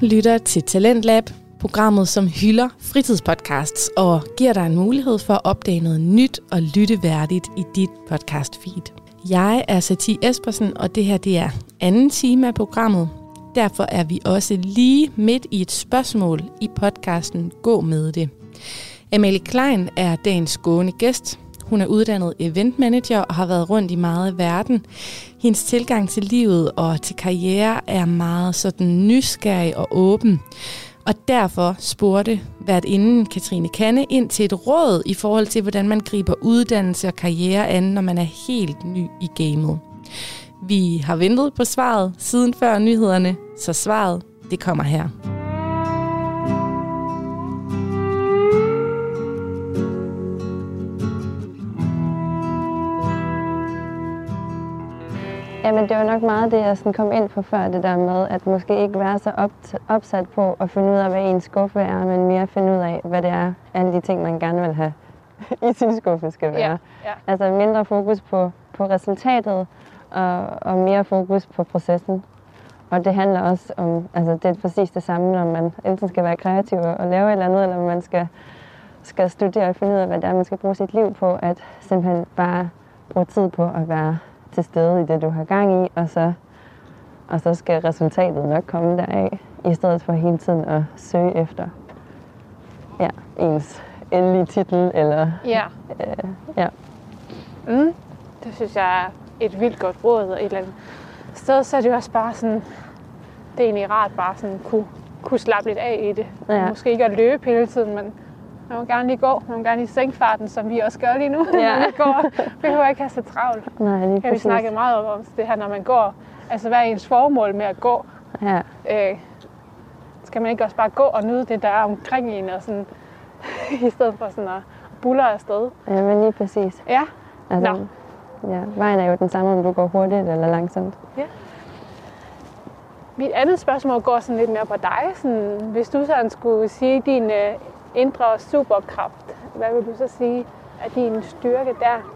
lytter til Talentlab, programmet som hylder fritidspodcasts og giver dig en mulighed for at opdage noget nyt og lytteværdigt i dit podcast-feed. Jeg er Satie Espersen, og det her det er anden time af programmet. Derfor er vi også lige midt i et spørgsmål i podcasten Gå med det. Amalie Klein er dagens gående gæst. Hun er uddannet eventmanager og har været rundt i meget af verden. Hendes tilgang til livet og til karriere er meget sådan nysgerrig og åben. Og derfor spurgte værtinden Katrine Kanne ind til et råd i forhold til, hvordan man griber uddannelse og karriere an, når man er helt ny i gamet. Vi har ventet på svaret siden før nyhederne, så svaret det kommer her. Jamen det var nok meget det, jeg sådan kom ind på før, det der med at måske ikke være så opsat på at finde ud af, hvad ens skuffe er, men mere finde ud af, hvad det er, alle de ting, man gerne vil have i sin skuffe skal være. Ja. Altså mindre fokus på resultatet og mere fokus på processen. Og det handler også om, altså det er præcis det samme, når man enten skal være kreativ og lave et eller andet, eller man skal studere og finde ud af, hvad det er, man skal bruge sit liv på, at simpelthen bare bruge tid på at være til stede i det, du har gang i, og så skal resultatet nok komme deraf, i stedet for hele tiden at søge efter ens endelige titel, eller... Det synes jeg er et vildt godt råd, og et eller andet sted, så er det jo også bare sådan, det er egentlig rart bare sådan kunne slappe lidt af i det. Ja. Måske ikke at løbe hele tiden, men man må gerne lige gå, man må gerne lige sænke farten, som vi også gør lige nu, når vi går. Vi behøver ikke have så travlt. Nej, lige præcis. Vi snakker meget om det her, når man går. Altså, hvad er ens formål med at gå? Ja. Skal man ikke også bare gå og nyde det, der er omkring en, og sådan, i stedet for sådan at buldre afsted? Ja, men lige præcis. Ja. Altså, vejen er jo den samme, om du går hurtigt eller langsomt. Ja. Mit andet spørgsmål går sådan lidt mere på dig. Sådan, hvis du sådan skulle sige din indre superkraft, hvad vil du så sige er din styrke der?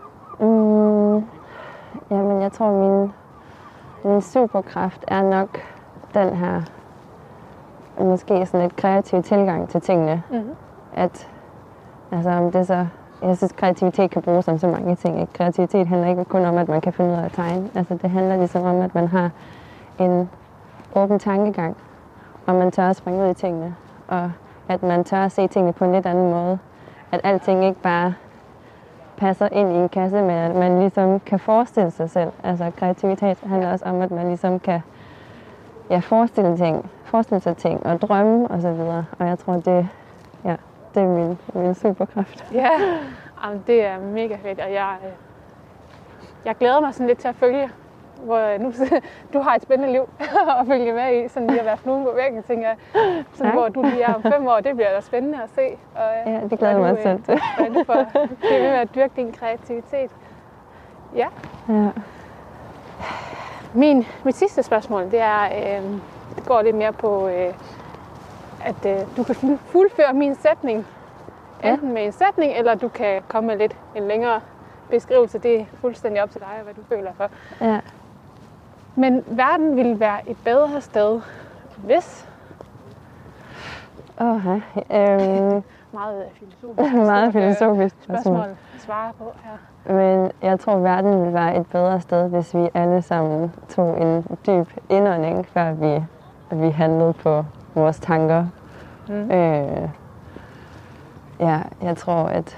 Jamen, jeg tror, min superkraft er nok den her, måske sådan lidt kreativ tilgang til tingene. Mm-hmm. At, altså om det så, jeg synes, kreativitet kan bruges som så mange ting. Ikke? Kreativitet handler ikke kun om, at man kan finde ud af at tegne. Altså, det handler ligesom om, at man har en åben tankegang, og man tør at springe ud i tingene, og at man tør at se tingene på en lidt anden måde. At alting ikke bare passer ind i en kasse, men at man ligesom kan forestille sig selv. Altså kreativitet handler også om, at man ligesom kan forestille sig ting og drømme og så videre. Og jeg tror, det er min superkraft. Ja, det er mega fedt, og jeg glæder mig sådan lidt til at følge, hvor nu du har et spændende liv at følge med i, sådan lige at være fluen på væggen, tænker jeg. Sådan, hvor du lige er om 5 år, det bliver da spændende at se. Og, ja, det glæder mig selv til. Hvordan du får det med at dyrke din kreativitet. Ja. Mit sidste spørgsmål, det er, det går lidt mere på, at du kan fuldføre min sætning. Enten med en sætning, eller du kan komme med lidt en længere beskrivelse. Det er fuldstændig op til dig, hvad du føler for. Ja. Men verden ville være et bedre sted, hvis... Meget filosofisk. Meget filosofisk spørgsmål svare på her. Men jeg tror, verden ville være et bedre sted, hvis vi alle sammen tog en dyb indånding, før vi handlede på vores tanker. Mm. Jeg tror, at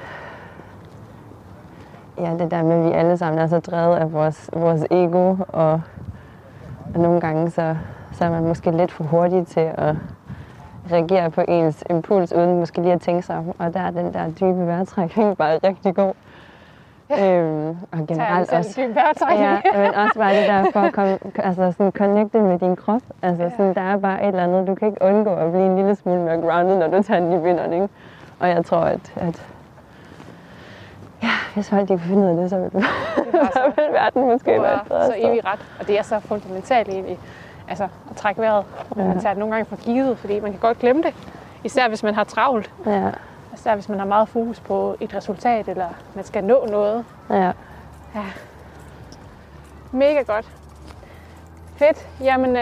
det der med, at vi alle sammen er så drevet af vores ego, og nogle gange så er man måske lidt for hurtig til at reagere på ens impuls, uden måske lige at tænke sig om. Og der er den der dybe vejrtrækning bare rigtig god. Og generelt også, men også bare det der for at komme, altså sådan connecte med din krop. Altså sådan, der er bare et eller andet, du kan ikke undgå at blive en lille smule mere grounded, når du tager den i vinderne. Og jeg tror, at hvis folk de kunne finde ud af det, så ville verden måske være et bedre så evig ret. Og det er så fundamentalt egentlig, altså at trække vejret. Man tager det nogle gange for givet, fordi man kan godt glemme det. Især hvis man har travlt. Ja. Især hvis man har meget fokus på et resultat, eller man skal nå noget. Ja. Mega godt. Fedt. Jamen,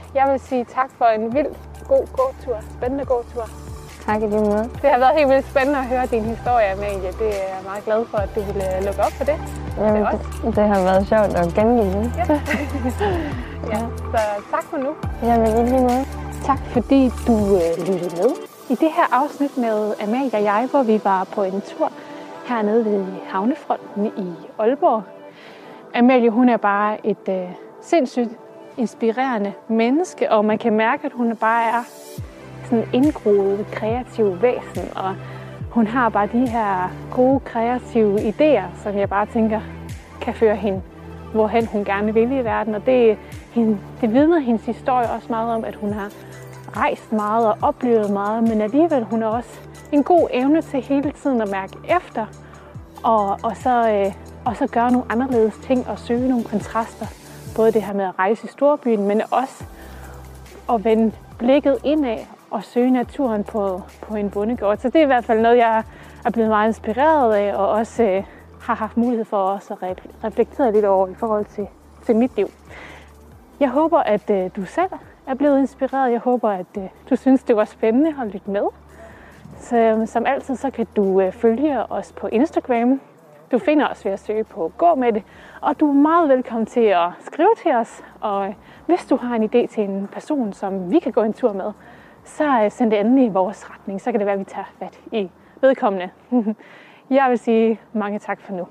Jeg vil sige tak for en vild god gåtur. Spændende gåtur. Tak i lige måde. Det har været helt vildt spændende at høre din historie, Amalie. Det er jeg meget glad for, at du ville lukke op for det. Jamen, det har været sjovt at gengive det. Ja, så tak for nu. Jamen, i lige måde. Tak fordi du lyttede med i det her afsnit med Amalie og jeg, hvor vi var på en tur hernede ved Havnefronten i Aalborg. Amalie, hun er bare et sindssygt inspirerende menneske, og man kan mærke, at hun bare er sådan en indgroet, kreativ væsen, og hun har bare de her gode, kreative idéer, som jeg bare tænker kan føre hende, hvorhen hun gerne vil i verden. Og det vidner hendes historie også meget om, at hun har rejst meget og oplevet meget, men alligevel hun er også en god evne til hele tiden at mærke efter, og så gøre nogle anderledes ting og søge nogle kontraster. Både det her med at rejse i storbyen, men også at vende blikket indad og søge naturen på en bondegård. Så det er i hvert fald noget, jeg er blevet meget inspireret af, og også har haft mulighed for også at reflektere lidt over i forhold til mit liv. Jeg håber, at du selv er blevet inspireret. Jeg håber, at du synes, det var spændende at lytte med. Så som altid, så kan du følge os på Instagram. Du finder os ved at søge på Gå med det, og du er meget velkommen til at skrive til os. Og hvis du har en idé til en person, som vi kan gå en tur med, så send det endelig i vores retning. Så kan det være, at vi tager fat i vedkommende. Jeg vil sige mange tak for nu.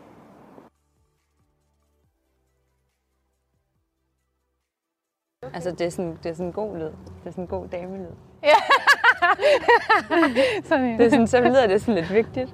Altså, det er sådan en god lyd. Det er sådan en god damelyd. Ja. Det er sådan, så lyder det sådan lidt vigtigt.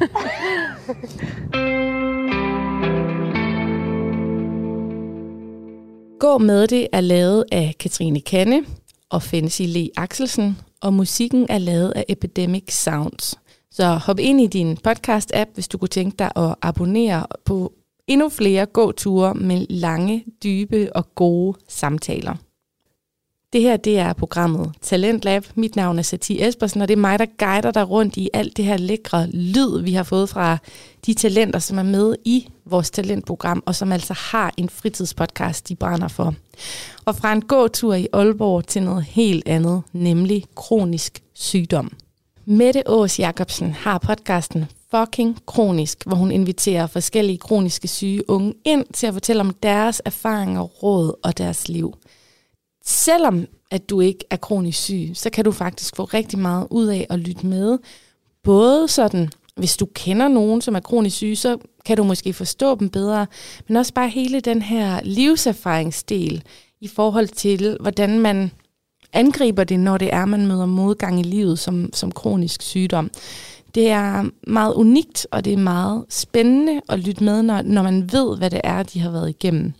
Gå med det er lavet af Katrine Kanne og Fancy Le Axelsen, og musikken er lavet af Epidemic Sounds. Så hop ind i din podcast-app, hvis du kunne tænke dig at abonnere på endnu flere gåture med lange, dybe og gode samtaler. Det her, det er programmet Talentlab. Mit navn er Satie Espersen, og det er mig, der guider dig rundt i alt det her lækre lyd, vi har fået fra de talenter, som er med i vores talentprogram, og som altså har en fritidspodcast, de brænder for. Og fra en gåtur i Aalborg til noget helt andet, nemlig kronisk sygdom. Mette Aas Jacobsen har podcasten Fucking Kronisk, hvor hun inviterer forskellige kroniske syge unge ind til at fortælle om deres erfaringer, råd og deres liv. Selvom at du ikke er kronisk syg, så kan du faktisk få rigtig meget ud af at lytte med. Både sådan, hvis du kender nogen, som er kronisk syge, så kan du måske forstå dem bedre, men også bare hele den her livserfaringsdel i forhold til, hvordan man angriber det, når det er, man møder modgang i livet som kronisk sygdom. Det er meget unikt, og det er meget spændende at lytte med, når man ved, hvad det er, de har været igennem.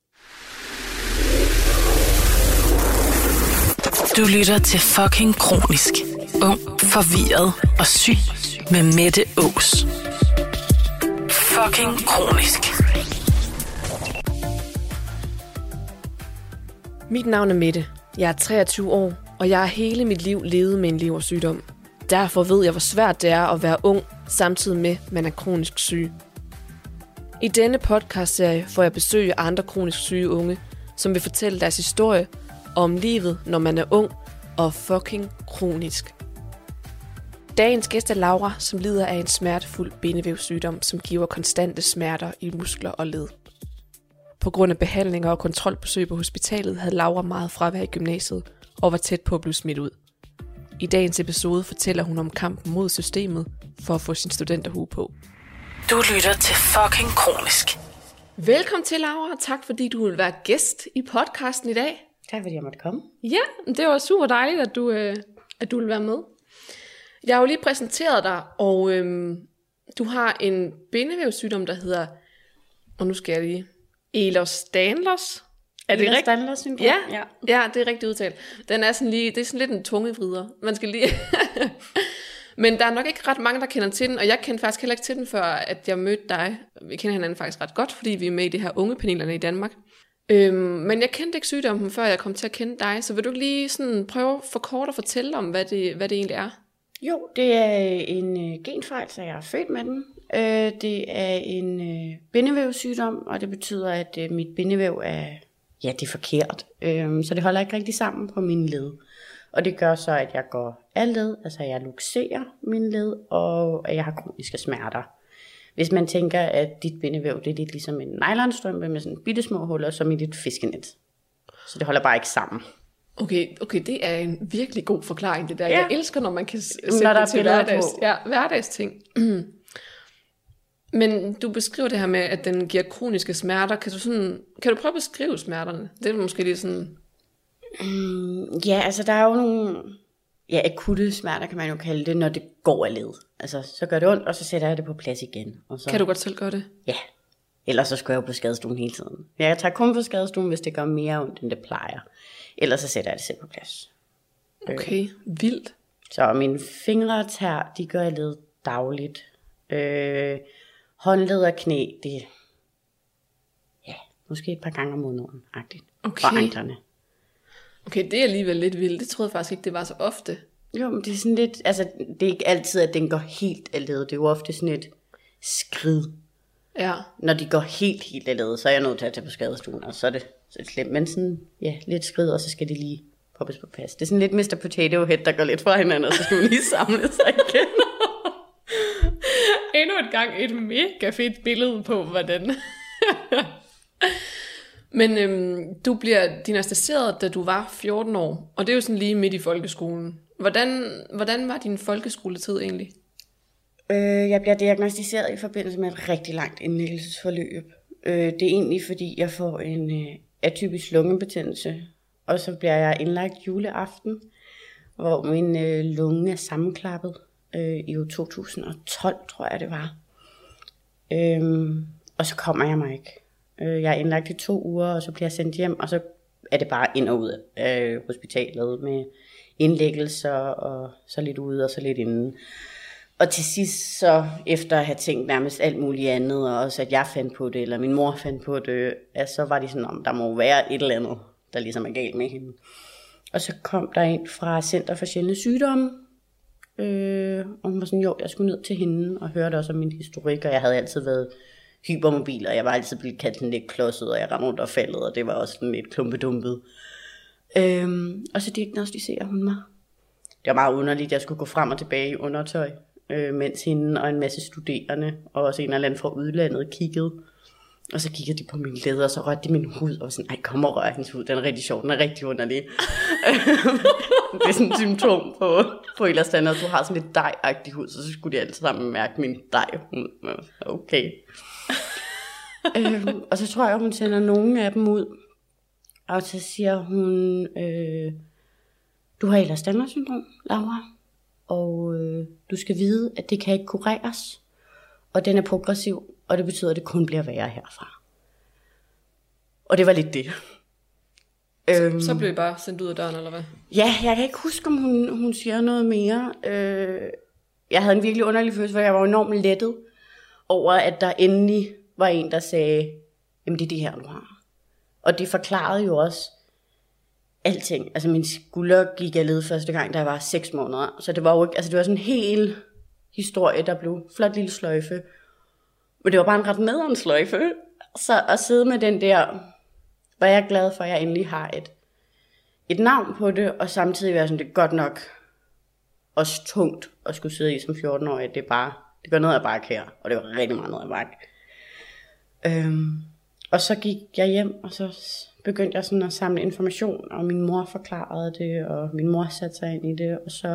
Du lytter til Fucking Kronisk. Ung, forvirret og syg med Mette Aas. Fucking Kronisk. Mit navn er Mette. Jeg er 23 år, og jeg har hele mit liv levet med en leversygdom. Derfor ved jeg, hvor svært det er at være ung, samtidig med, at man er kronisk syg. I denne podcastserie får jeg besøg af andre kronisk syge unge, som vil fortælle deres historie om livet, når man er ung og fucking kronisk. Dagens gæst er Laura, som lider af en smertefuld bindevævssygdom, som giver konstante smerter i muskler og led. På grund af behandlinger og kontrolbesøg på hospitalet havde Laura meget fravær i gymnasiet og var tæt på at blive smidt ud. I dagens episode fortæller hun om kampen mod systemet for at få sin studenterhue på. Du lytter til Fucking Kronisk. Velkommen til, Laura, og tak fordi du vil være gæst i podcasten i dag. Tak fordi jeg måtte komme. Ja, det var super dejligt, at du vil være med. Jeg har jo lige præsenteret dig, og du har en bindevævssygdom, der hedder, og nu skal jeg lige, Ehlers-Danlos. Er det rigtigt? Ehlers-Danlos syndrom. Ja, det er rigtigt udtalt. Den er sådan lige, det er sådan lidt en tungevrider. Man skal lige Men der er nok ikke ret mange, der kender til den, og jeg kendte faktisk heller ikke til den, før at jeg mødte dig. Vi kender hinanden faktisk ret godt, fordi vi er med i det her ungepanelerne i Danmark. Men jeg kendte ikke sygdommen, før jeg kom til at kende dig, så vil du lige sådan prøve for kort at fortælle om, hvad det egentlig er? Jo, det er en genfejl, så jeg er født med den. Det er en bindevævssygdom, og det betyder, at mit bindevæv er ja, det er forkert. Så det holder ikke rigtig sammen på mine led. Og det gør så, at jeg går af led, altså jeg luxerer mine led, og at jeg har kroniske smerter. Hvis man tænker, at dit bindevæv, det er lidt ligesom en nylonstrømpe med sådan bitte små huller, som i et fiskenet. Så det holder bare ikke sammen. Okay, det er en virkelig god forklaring, det der. Ja. Jeg elsker, når man kan sætte når der det til er hverdagsting. Men du beskriver det her med, at den giver kroniske smerter. Kan du prøve at beskrive smerterne? Det er måske lige sådan... Ja, altså der er jo nogle akutte smerter, kan man jo kalde det, når det går af led. Altså, så gør det ondt, og så sætter jeg det på plads igen. Og så, Kan du godt selv gøre det? Ja, ellers så skal jeg jo på skadestuen hele tiden. Jeg tager kun på skadestuen, hvis det gør mere ondt, end det plejer. Ellers så sætter jeg det selv på plads. Okay, vildt. Så mine fingre og tær, de gør jeg led dagligt. Håndled og knæ, det måske et par gange om måneden-agtigt. Okay. Og anklerne. Okay, det er alligevel lidt vildt. Det troede jeg faktisk ikke, det var så ofte. Jo, men det er sådan lidt, altså det er ikke altid, at den går helt af led. Det er jo ofte sådan et skrid. Ja. Når de går helt af led, så er jeg nødt til at tage på skadestuen, og så er det slemt. Men sådan, ja, lidt skrid, og så skal det lige poppes på plads. Det er sådan lidt Mr. Potato Head, der går lidt fra hinanden, og så skal man lige samle sig igen. Endnu et gang et mega fedt billede på, hvordan... Men du bliver diagnosticeret, da du var 14 år, og det er jo sådan lige midt i folkeskolen. Hvordan var din folkeskoletid egentlig? Jeg bliver diagnosticeret i forbindelse med et rigtig langt indlæggelsesforløb. Det er egentlig fordi, jeg får en atypisk lungebetændelse, og så bliver jeg indlagt juleaften, hvor min lunge er sammenklappet i 2012, tror jeg det var. Og så kommer jeg mig ikke. Jeg er indlagt i 2 uger, og så bliver jeg sendt hjem, og så er det bare ind og ud af hospitalet med indlæggelser, og så lidt ude og så lidt inde. Og til sidst, så efter at have tænkt nærmest alt muligt andet, og også at jeg fandt på det, eller min mor fandt på det, så var de sådan, om der må være et eller andet, der ligesom er galt med hende. Og så kom der en fra Center for Sjældne Sygdomme, og hun var sådan, jo, jeg skulle ned til hende, og hørte også om min historik, og jeg havde altid været hypermobil, og jeg var altid blevet kaldt sådan lidt klodset, og jeg rendte rundt og faldet, og det var også sådan lidt klumpedumpet. Og så diagnosticerer hun mig. Det var meget underligt, at jeg skulle gå frem og tilbage i undertøj, mens hende og en masse studerende, og også en eller anden fra udlandet kiggede. Og så kiggede de på min leder, og så rørte de min hud, og sådan, ej, kom og rør hendes hud, den er rigtig sjov, den er rigtig underlig. Det er sådan et symptom på ellers stand, at du har sådan lidt dejagtig hud, så skulle de alle sammen mærke min dejhud. Okay. Og så tror jeg, hun sender nogle af dem ud, og så siger hun, du har Ehlers-Danlos-syndrom, Laura, og du skal vide, at det kan ikke kureres, og den er progressiv, og det betyder, at det kun bliver værre herfra. Og det var lidt det. Så blev I bare sendt ud af døren, eller hvad? Ja, jeg kan ikke huske, om hun siger noget mere. Jeg havde en virkelig underlig følelse, for jeg var enormt lettet over, at der endelig var en, der sagde, jamen det er det her, du har. Og det forklarede jo også alting. Altså min skulder gik af led første gang, da jeg var 6 måneder. Så det var jo ikke, altså det var sådan en hel historie, der blev flot lille sløjfe. Men det var bare en ret nederen sløjfe. Så at sidde med den der, var jeg glad for, at jeg endelig har et navn på det, og samtidig være sådan, det er godt nok også tungt at skulle sidde i som 14-årig. Det går ned ad bakke her, og det var rigtig meget ned ad bakke. Og så gik jeg hjem, og så begyndte jeg sådan at samle information, og min mor forklarede det, og min mor satte sig ind i det, og så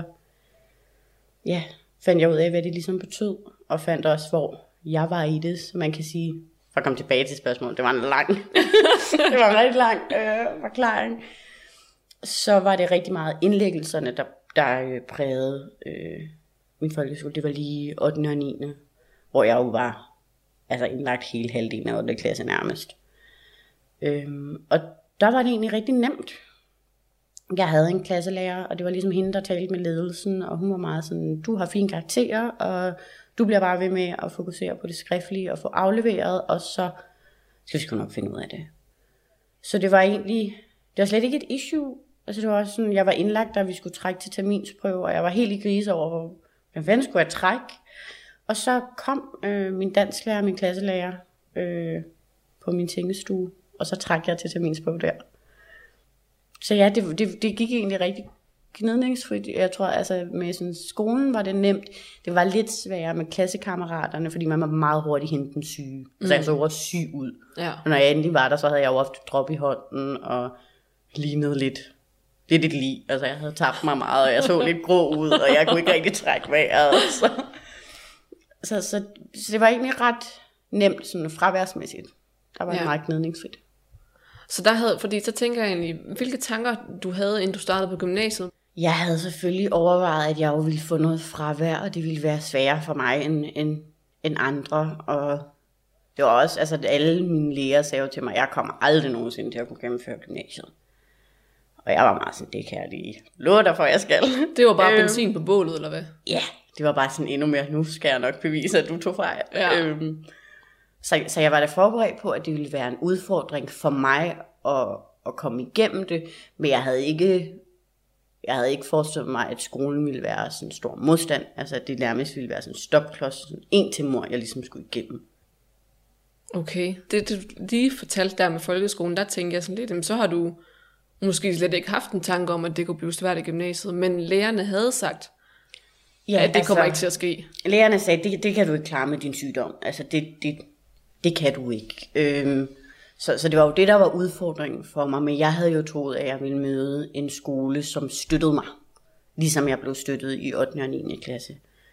fandt jeg ud af, hvad det ligesom betød, og fandt også, hvor jeg var i det, så man kan sige, for at komme tilbage til spørgsmålet, det var en rigtig lang forklaring. Så var det rigtig meget indlæggelserne, der prægede min folkeskole. Det var lige 8. og 9. hvor jeg jo var indlagt hele halvdelen af 8. klasse nærmest. Og der var det egentlig rigtig nemt. Jeg havde en klasselærer, og det var ligesom hende, der talte med ledelsen, og hun var meget sådan, du har fine karakterer, og du bliver bare ved med at fokusere på det skriftlige og få afleveret, og så skal vi sgu nok finde ud af det. Så det var slet ikke et issue. Altså det var også sådan, jeg var indlagt, da vi skulle trække til terminsprøve, og jeg var helt i grise over, hvad fanden skulle jeg trække? Og så kom min dansklærer, min klasselærer, på min tingestue, og så trak jeg til terminsbog der. Så ja, det gik egentlig rigtig gnidningsfrit. Jeg tror, altså med sådan, skolen var det nemt. Det var lidt sværere med klassekammeraterne, fordi man var meget hurtigt hente den syge. Så jeg så også syg ud. Ja. Og når jeg endelig var der, så havde jeg jo ofte drop i hånden, og lignede lidt et lig. Altså jeg havde tabt mig meget, og jeg så lidt grå ud, og jeg kunne ikke rigtig trække vejret. Så det var egentlig ret nemt sådan fraværsmæssigt. Der var det meget gnidningsfrit. Så fordi så tænker jeg egentlig, hvilke tanker du havde, inden du startede på gymnasiet? Jeg havde selvfølgelig overvejet, at jeg jo ville få noget fravær, og det ville være sværere for mig end andre. Og det var også, altså alle mine lærere sagde jo til mig, at jeg kommer aldrig nogensinde til at kunne gennemføre gymnasiet. Og jeg var meget sådan, det kan jeg lige love dig for, jeg skal. Det var bare benzin på bålet, eller hvad? Ja, det var bare sådan endnu mere, nu skal jeg nok bevise, at du tog fejl. Ja. Så jeg var da forberedt på, at det ville være en udfordring for mig at komme igennem det, men jeg havde ikke forestillet mig, at skolen ville være sådan en stor modstand, altså at det nærmest ville være sådan en stopklods, sådan en til mor, jeg ligesom skulle igennem. Okay, det du lige fortalte der med folkeskolen, der tænkte jeg sådan lidt, så har du måske slet ikke haft en tanke om, at det kunne blive svært i gymnasiet, men lærerne havde sagt, at det kommer ikke til at ske. Lærerne sagde, det kan du ikke klare med din sygdom, altså det kan du ikke. Så det var jo det, der var udfordringen for mig, men jeg havde jo troet, at jeg ville møde en skole, som støttede mig, ligesom jeg blev støttet i 8. og 9. klasse.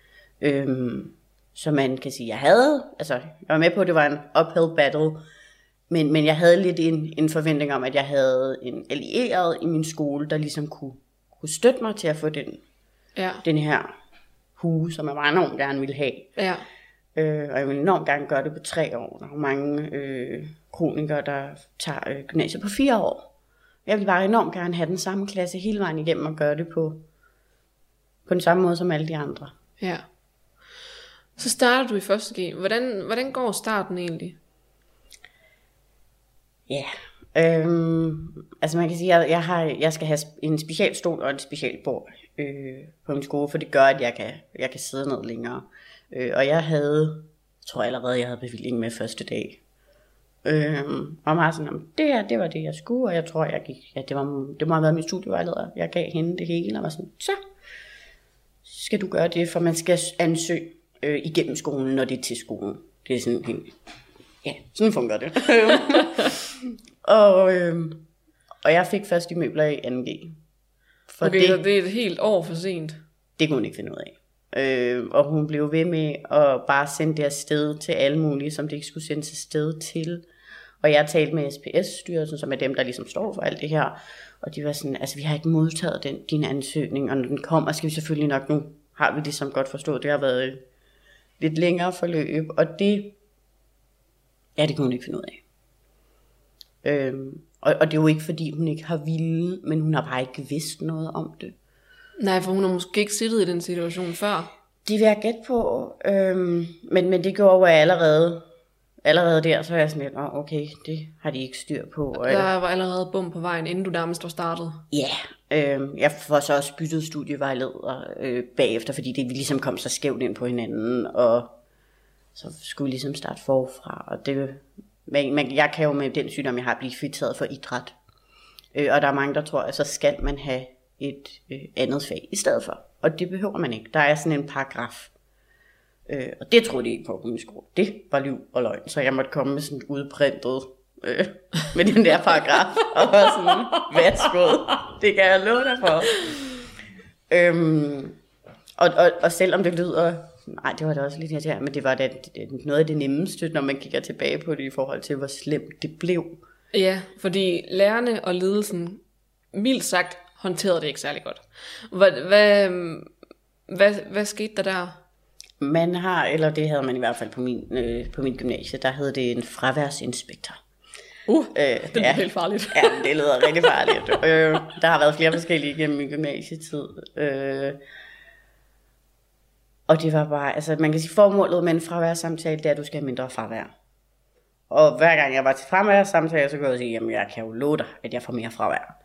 Så man kan sige, jeg var med på, at det var en uphill battle, men jeg havde lidt en forventning om, at jeg havde en allieret i min skole, der ligesom kunne støtte mig til at få den her hue, som jeg meget enormt gerne ville have. Ja. Og jeg vil enormt gerne gøre det på 3 år. Der er mange kronikere, der tager gymnasiet på 4 år. Jeg vil bare enormt gerne have den samme klasse hele vejen igennem og gøre det på den samme måde som alle de andre. Ja. Så starter du i 1. G. Hvordan går starten egentlig? Ja, altså man kan sige, at jeg skal have en specialstol og et specialbord på min skole, for det gør, at jeg kan sidde ned længere. Og jeg havde bevilling med første dag. Og meget sådan, det var det, jeg skulle, og jeg tror, jeg gik, det må have været min studievejleder. Jeg gav hende det hele, og var sådan, så skal du gøre det, for man skal ansøge igennem skolen, når det er til skolen. Det er sådan helt, ja, sådan fungerer det. Og jeg fik først de møbler i 2G. Okay, så det er et helt år for sent. Det kunne hun ikke finde ud af. Og hun blev ved med at bare sende det afsted til alle mulige, som det ikke skulle sendes afsted til. Og jeg talte med SPS-styrelsen, som er dem, der ligesom står for alt det her. Og de var sådan, altså vi har ikke modtaget din ansøgning, og når den kommer, skal vi selvfølgelig nok, nu har vi ligesom godt forstået, det har været et lidt længere forløb. Og det kunne hun ikke finde ud af. Og det er jo ikke, fordi hun ikke har ville, men hun har bare ikke vidst noget om det. Nej, for hun har måske ikke siddet i den situation før. Det vil jeg gætte på, men det gjorde jeg allerede der, så er jeg sådan lidt, okay, det har de ikke styr på. Der var allerede bum på vejen, inden du nærmest var startet. Ja, jeg får så også byttet studievejleder bagefter, fordi vi ligesom kom så skævt ind på hinanden, og så skulle vi ligesom starte forfra. Og jeg kan jo med den sygdom, jeg har, blive fritaget for idræt. Og der er mange, der tror, at så skal man have et andet fag i stedet for. Og det behøver man ikke. Der er sådan en paragraf. Og det troede de ikke på min skole. Det var liv og løgn. Så jeg måtte komme med sådan udprintet med den der paragraf. Og var sådan, værsgod. Det kan jeg love dig for. Og selvom det lyder... Nej, det var da også lidt irriterende, men det var da noget af det nemmeste, når man kigger tilbage på det i forhold til, hvor slemt det blev. Ja, fordi lærerne og ledelsen, mildt sagt, håndterede det ikke særlig godt. Hvad skete der? Man har, eller det havde man i hvert fald på min gymnasie, der hed det en fraværsinspektor. Det er helt farligt. Ja, det lyder rigtig farligt. Der har været flere forskellige gennem min gymnasietid. Og det var bare, altså man kan sige, formålet med en fraværsamtale, det er, at du skal have mindre fravær. Og hver gang jeg var til fraværsamtale, så kunne jeg sige, jamen jeg kan jo love dig, at jeg får mere fravær.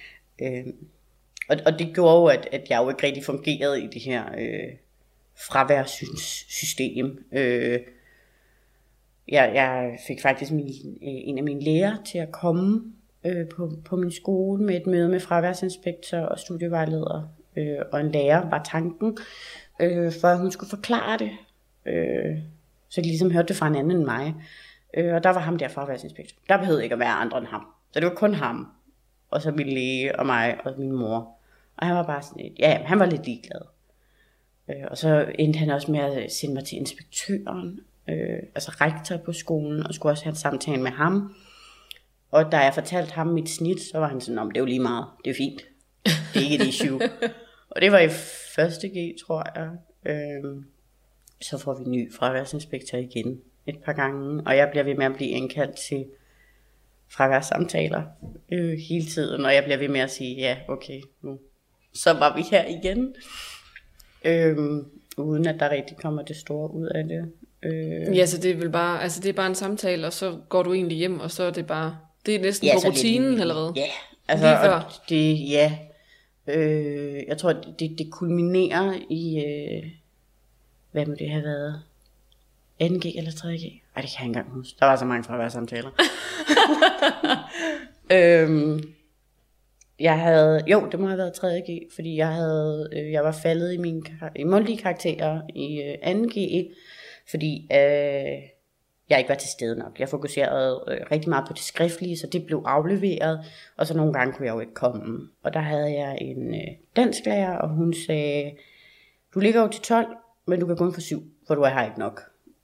Og det gjorde jo, at jeg jo ikke rigtig fungerede i det her fraværssystem. jeg fik faktisk en af mine lærer til at komme på min skole med et møde med fraværsinspektør og studievejleder, og en lærer var tanken, for at hun skulle forklare det, så de ligesom hørte det fra en anden end mig. Og der var ham der fraværsinspektør. Der behøvede ikke at være andre end ham. Så det var kun ham, og så min læge og mig og min mor. Og han var bare sådan lidt, ja, han var lidt ligeglad. Og så endte han også med at sende mig til inspektøren, altså rektor på skolen, og skulle også have en samtale med ham. Og da jeg fortalte ham mit snit, så var han sådan, det er jo lige meget, det er fint. Det er ikke et issue. Og det var i 1. G, tror jeg. Så får vi ny fraværsinspektør igen et par gange, og jeg bliver ved med at blive indkaldt til fraværssamtaler hele tiden, og jeg bliver ved med at sige, ja, okay, nu så var vi her igen, uden at der rigtig kommer det store ud af det. Ja, så det er vel bare, altså det er bare en samtale, og så går du egentlig hjem, og så er det bare, det er næsten på rutinen, eller hvad? Ja, altså, det, ja, jeg tror, det kulminerer i, hvad må det have været, 2G eller 3G? Ej, det kan jeg ikke engang huske. Der var så mange fraværsamtaler. Det må have været 3G, fordi jeg var faldet i mundtlige karakterer i 2G, fordi jeg ikke var til stede nok. Jeg fokuserede rigtig meget på det skriftlige, så det blev afleveret, og så nogle gange kunne jeg jo ikke komme. Og der havde jeg en dansklærer, og hun sagde, du ligger jo til 12, men du kan kun få 7, for du er her ikke nok.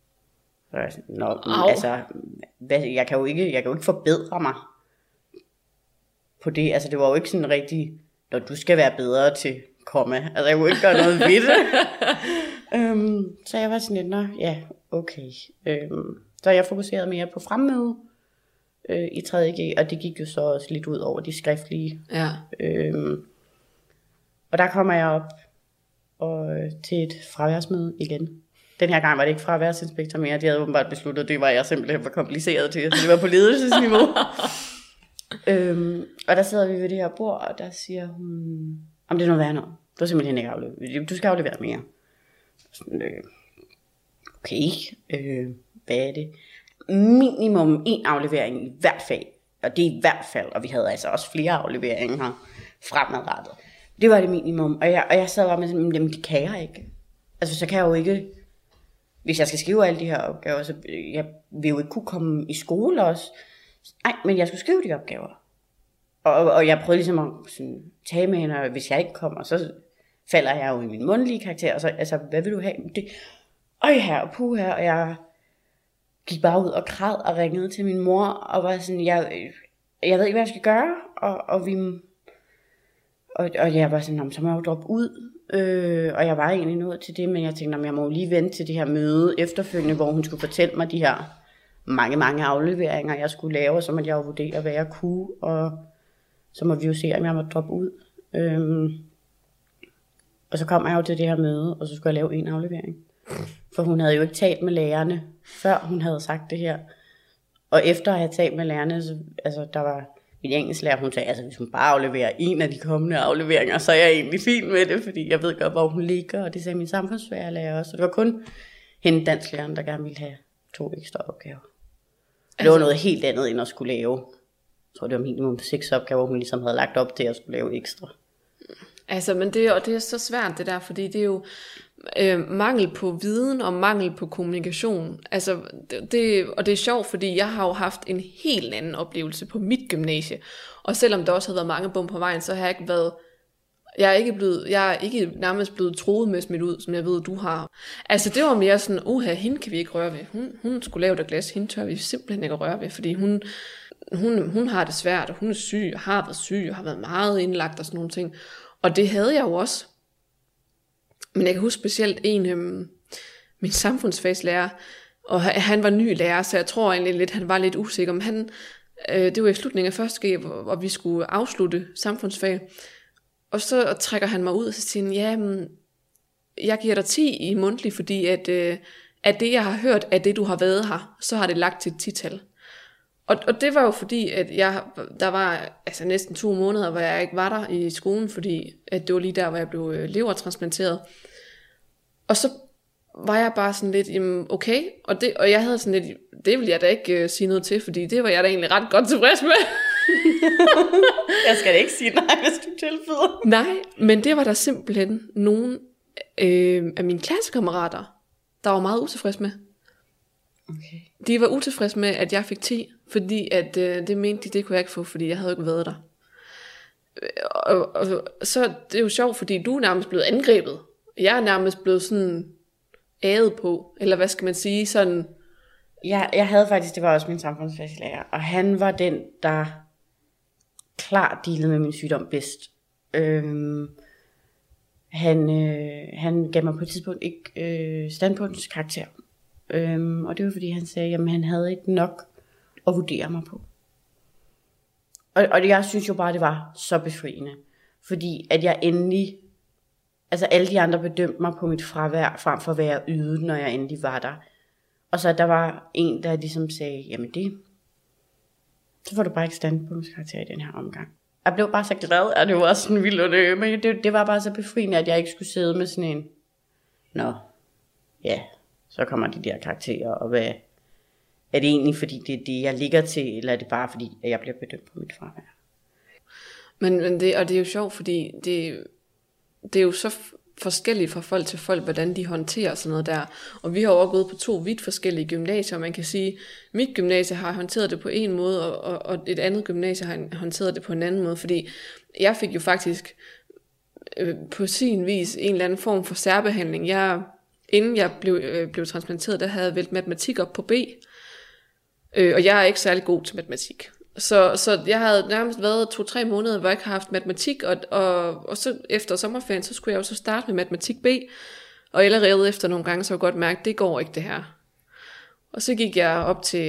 Altså, jeg kan jo ikke forbedre mig på det. Altså, det var jo ikke sådan rigtig, når du skal være bedre til komma. Altså, jeg kunne ikke gøre noget ved det. Så jeg var sådan lidt, ja, okay. Så jeg fokuserede mere på fremmøde i 3G, og det gik jo så også lidt ud over de skriftlige. Ja. Og der kommer jeg op til et fraværsmøde igen. Den her gang var det ikke fraværsinspektør mere. De havde åbenbart besluttet, det var jeg simpelthen for kompliceret til. Så det var på ledelsesniveau. Og der sidder vi ved det her bord, og der siger hun, om det er noget værd noget. Du er simpelthen ikke afleveret. Du skal aflevere mere. Okay, hvad er det? Minimum 1 aflevering i hvert fag. Og det er i hvert fald, og vi havde altså også flere afleveringer fremadrettet. Det var det minimum. Og jeg sad bare med sådan, jamen det kan jeg ikke. Altså så kan jeg jo ikke, hvis jeg skal skrive alle de her opgaver, så jeg vil jo ikke kunne komme i skole også. Nej, men jeg skulle skrive de opgaver. Og jeg prøvede ligesom at sådan, tage med hende, og hvis jeg ikke kommer, så falder jeg jo i min mundlige karakter. Og så, altså, hvad vil du have? Og jeg gik bare ud og græd og ringede til min mor, og var sådan, jeg ved ikke, hvad jeg skal gøre. Og jeg var sådan, så må jeg jo droppe ud. Og jeg var egentlig nået til det, men jeg tænkte, jeg må jo lige vente til det her møde efterfølgende, hvor hun skulle fortælle mig de her mange afleveringer, jeg skulle lave, og så måtte jeg jo vurdere, hvad jeg kunne, og så må vi jo se, om jeg måtte droppe ud. Og så kom jeg jo til det her møde, og så skulle jeg lave 1 aflevering. For hun havde jo ikke talt med lærerne, før hun havde sagt det her. Og efter at have talt med lærerne, så, altså der var min engelsklærer, hun sagde, altså hvis hun bare afleverer 1 af de kommende afleveringer, så er jeg egentlig fin med det, fordi jeg ved godt, hvor hun ligger, og det sagde min samfundsfaglærer også. Så det var kun hende dansklæreren, der gerne ville have 2 ekstra opgaver. Det var noget helt andet, end at skulle lave. Jeg tror, det var minimum 6 opgaver, hun ligesom havde lagt op til at skulle lave ekstra. Altså, men det er så svært det der, fordi det er jo mangel på viden og mangel på kommunikation. Altså, og det er sjovt, fordi jeg har jo haft en helt anden oplevelse på mit gymnasie. Og selvom der også har været mange bum på vejen, så har jeg ikke været... Jeg er ikke nærmest blevet troet med smidt ud, som jeg ved, du har. Altså, det var mere sådan, hende kan vi ikke røre ved. Hun skulle lave det glas, hende tør vi simpelthen ikke at røre ved, fordi hun har det svært, og hun er syg, og har været syg, og har været meget indlagt og sådan nogle ting. Og det havde jeg jo også. Men jeg kan huske specielt min samfundsfagslærer, og han var ny lærer, så jeg tror egentlig lidt, han var lidt usikker. Men det var i slutningen af 1. G, hvor vi skulle afslutte samfundsfag. Og så trækker han mig ud og så siger han, jeg giver dig 10 i mundtlig, fordi at det, jeg har hørt, at det, du har været her, så har det lagt til et 10-tal. Og det var jo fordi, at der var altså næsten 2 måneder, hvor jeg ikke var der i skolen, fordi at det var lige der, hvor jeg blev levertransplanteret. Og så var jeg bare sådan lidt, jamen okay, og jeg havde sådan lidt, det ville jeg da ikke sige noget til, fordi det var jeg da egentlig ret godt tilfreds med. Jeg skal da ikke sige nej, hvis du tilbyder. Nej, men det var der simpelthen nogen af mine klassekammerater, der var meget utilfredse med. Okay. De var utilfredse med, at jeg fik 10, fordi at det mente de, det kunne jeg ikke få, fordi jeg havde ikke været der. Og så det er jo sjovt, fordi du er nærmest blevet angrebet. Jeg er nærmest blevet sådan ædet på, eller hvad skal man sige, sådan. Jeg havde faktisk, det var også min samfundsfagslærer, og han var den, der klart dealede med min sygdom bedst. Han gav mig på et tidspunkt ikke standpunktskarakter. Og det var fordi han sagde, jamen han havde ikke nok at vurdere mig på. Og jeg synes jo bare, det var så befriende. Fordi at jeg endelig, altså alle de andre bedømte mig på mit fravær, frem for at være ydet, når jeg endelig var der. Og så der var en, der ligesom sagde, jamen så får du bare ikke standpunktskarakter i den her omgang. Jeg blev bare så glad, at det var sådan vildt, men det var bare så befriende, at jeg ikke skulle sidde med sådan en, så kommer de der karakterer, og hvad er det egentlig, fordi det er det, jeg ligger til, eller er det bare fordi, at jeg bliver bedømt på mit fravær? Men det er jo sjovt, fordi det er jo så forskelligt fra folk til folk, hvordan de håndterer sådan noget der. Og vi har jo gået på 2 vidt forskellige gymnasier, man kan sige, mit gymnasie har håndteret det på en måde, og et andet gymnasie har håndteret det på en anden måde, fordi jeg fik jo faktisk på sin vis en eller anden form for særbehandling. Inden jeg blev transplanteret, der havde jeg valgt matematik op på B, og jeg er ikke særlig god til matematik. Så jeg havde nærmest været 2-3 måneder, hvor jeg ikke har haft matematik, og så efter sommerferien, så skulle jeg jo så starte med matematik B, og allerede efter nogle gange, så jeg godt mærke, det går ikke det her. Og så gik jeg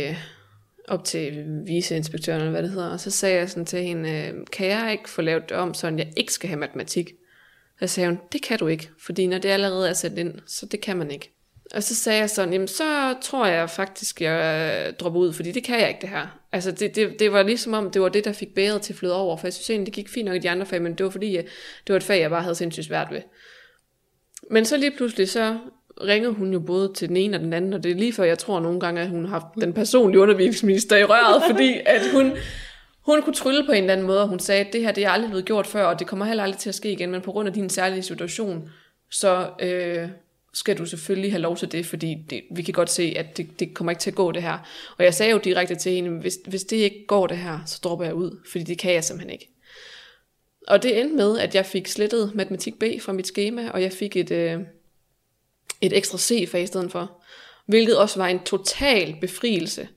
op til viceinspektøren, eller hvad det hedder, og så sagde jeg sådan til hende, kan jeg ikke få lavet det om, så jeg ikke skal have matematik? Og så sagde hun, det kan du ikke, fordi når det allerede er sat ind, så det kan man ikke. Og så sagde jeg sådan, jamen så tror jeg faktisk, jeg dropper ud, fordi det kan jeg ikke det her. Altså det var ligesom om, det var det, der fik bæret til at flyde over, for jeg synes egentlig, det gik fint nok i de andre fag, men det var fordi, det var et fag, jeg bare havde sindssygt svært ved. Men så lige pludselig, så ringede hun jo både til den ene og den anden, og det er lige før, jeg tror nogle gange, at hun har haft den personlige undervisningsminister i røret, fordi at hun kunne trylle på en eller anden måde, og hun sagde, at det her, det er aldrig blevet gjort før, og det kommer heller aldrig til at ske igen, men på grund af din særlige situation, så skal du selvfølgelig have lov til det, fordi vi kan godt se, at det kommer ikke til at gå det her. Og jeg sagde jo direkte til hende, hvis det ikke går det her, så dropper jeg ud, fordi det kan jeg simpelthen ikke. Og det endte med, at jeg fik slettet matematik B fra mit skema, og jeg fik et ekstra C-fag i stedet for, hvilket også var en total befrielse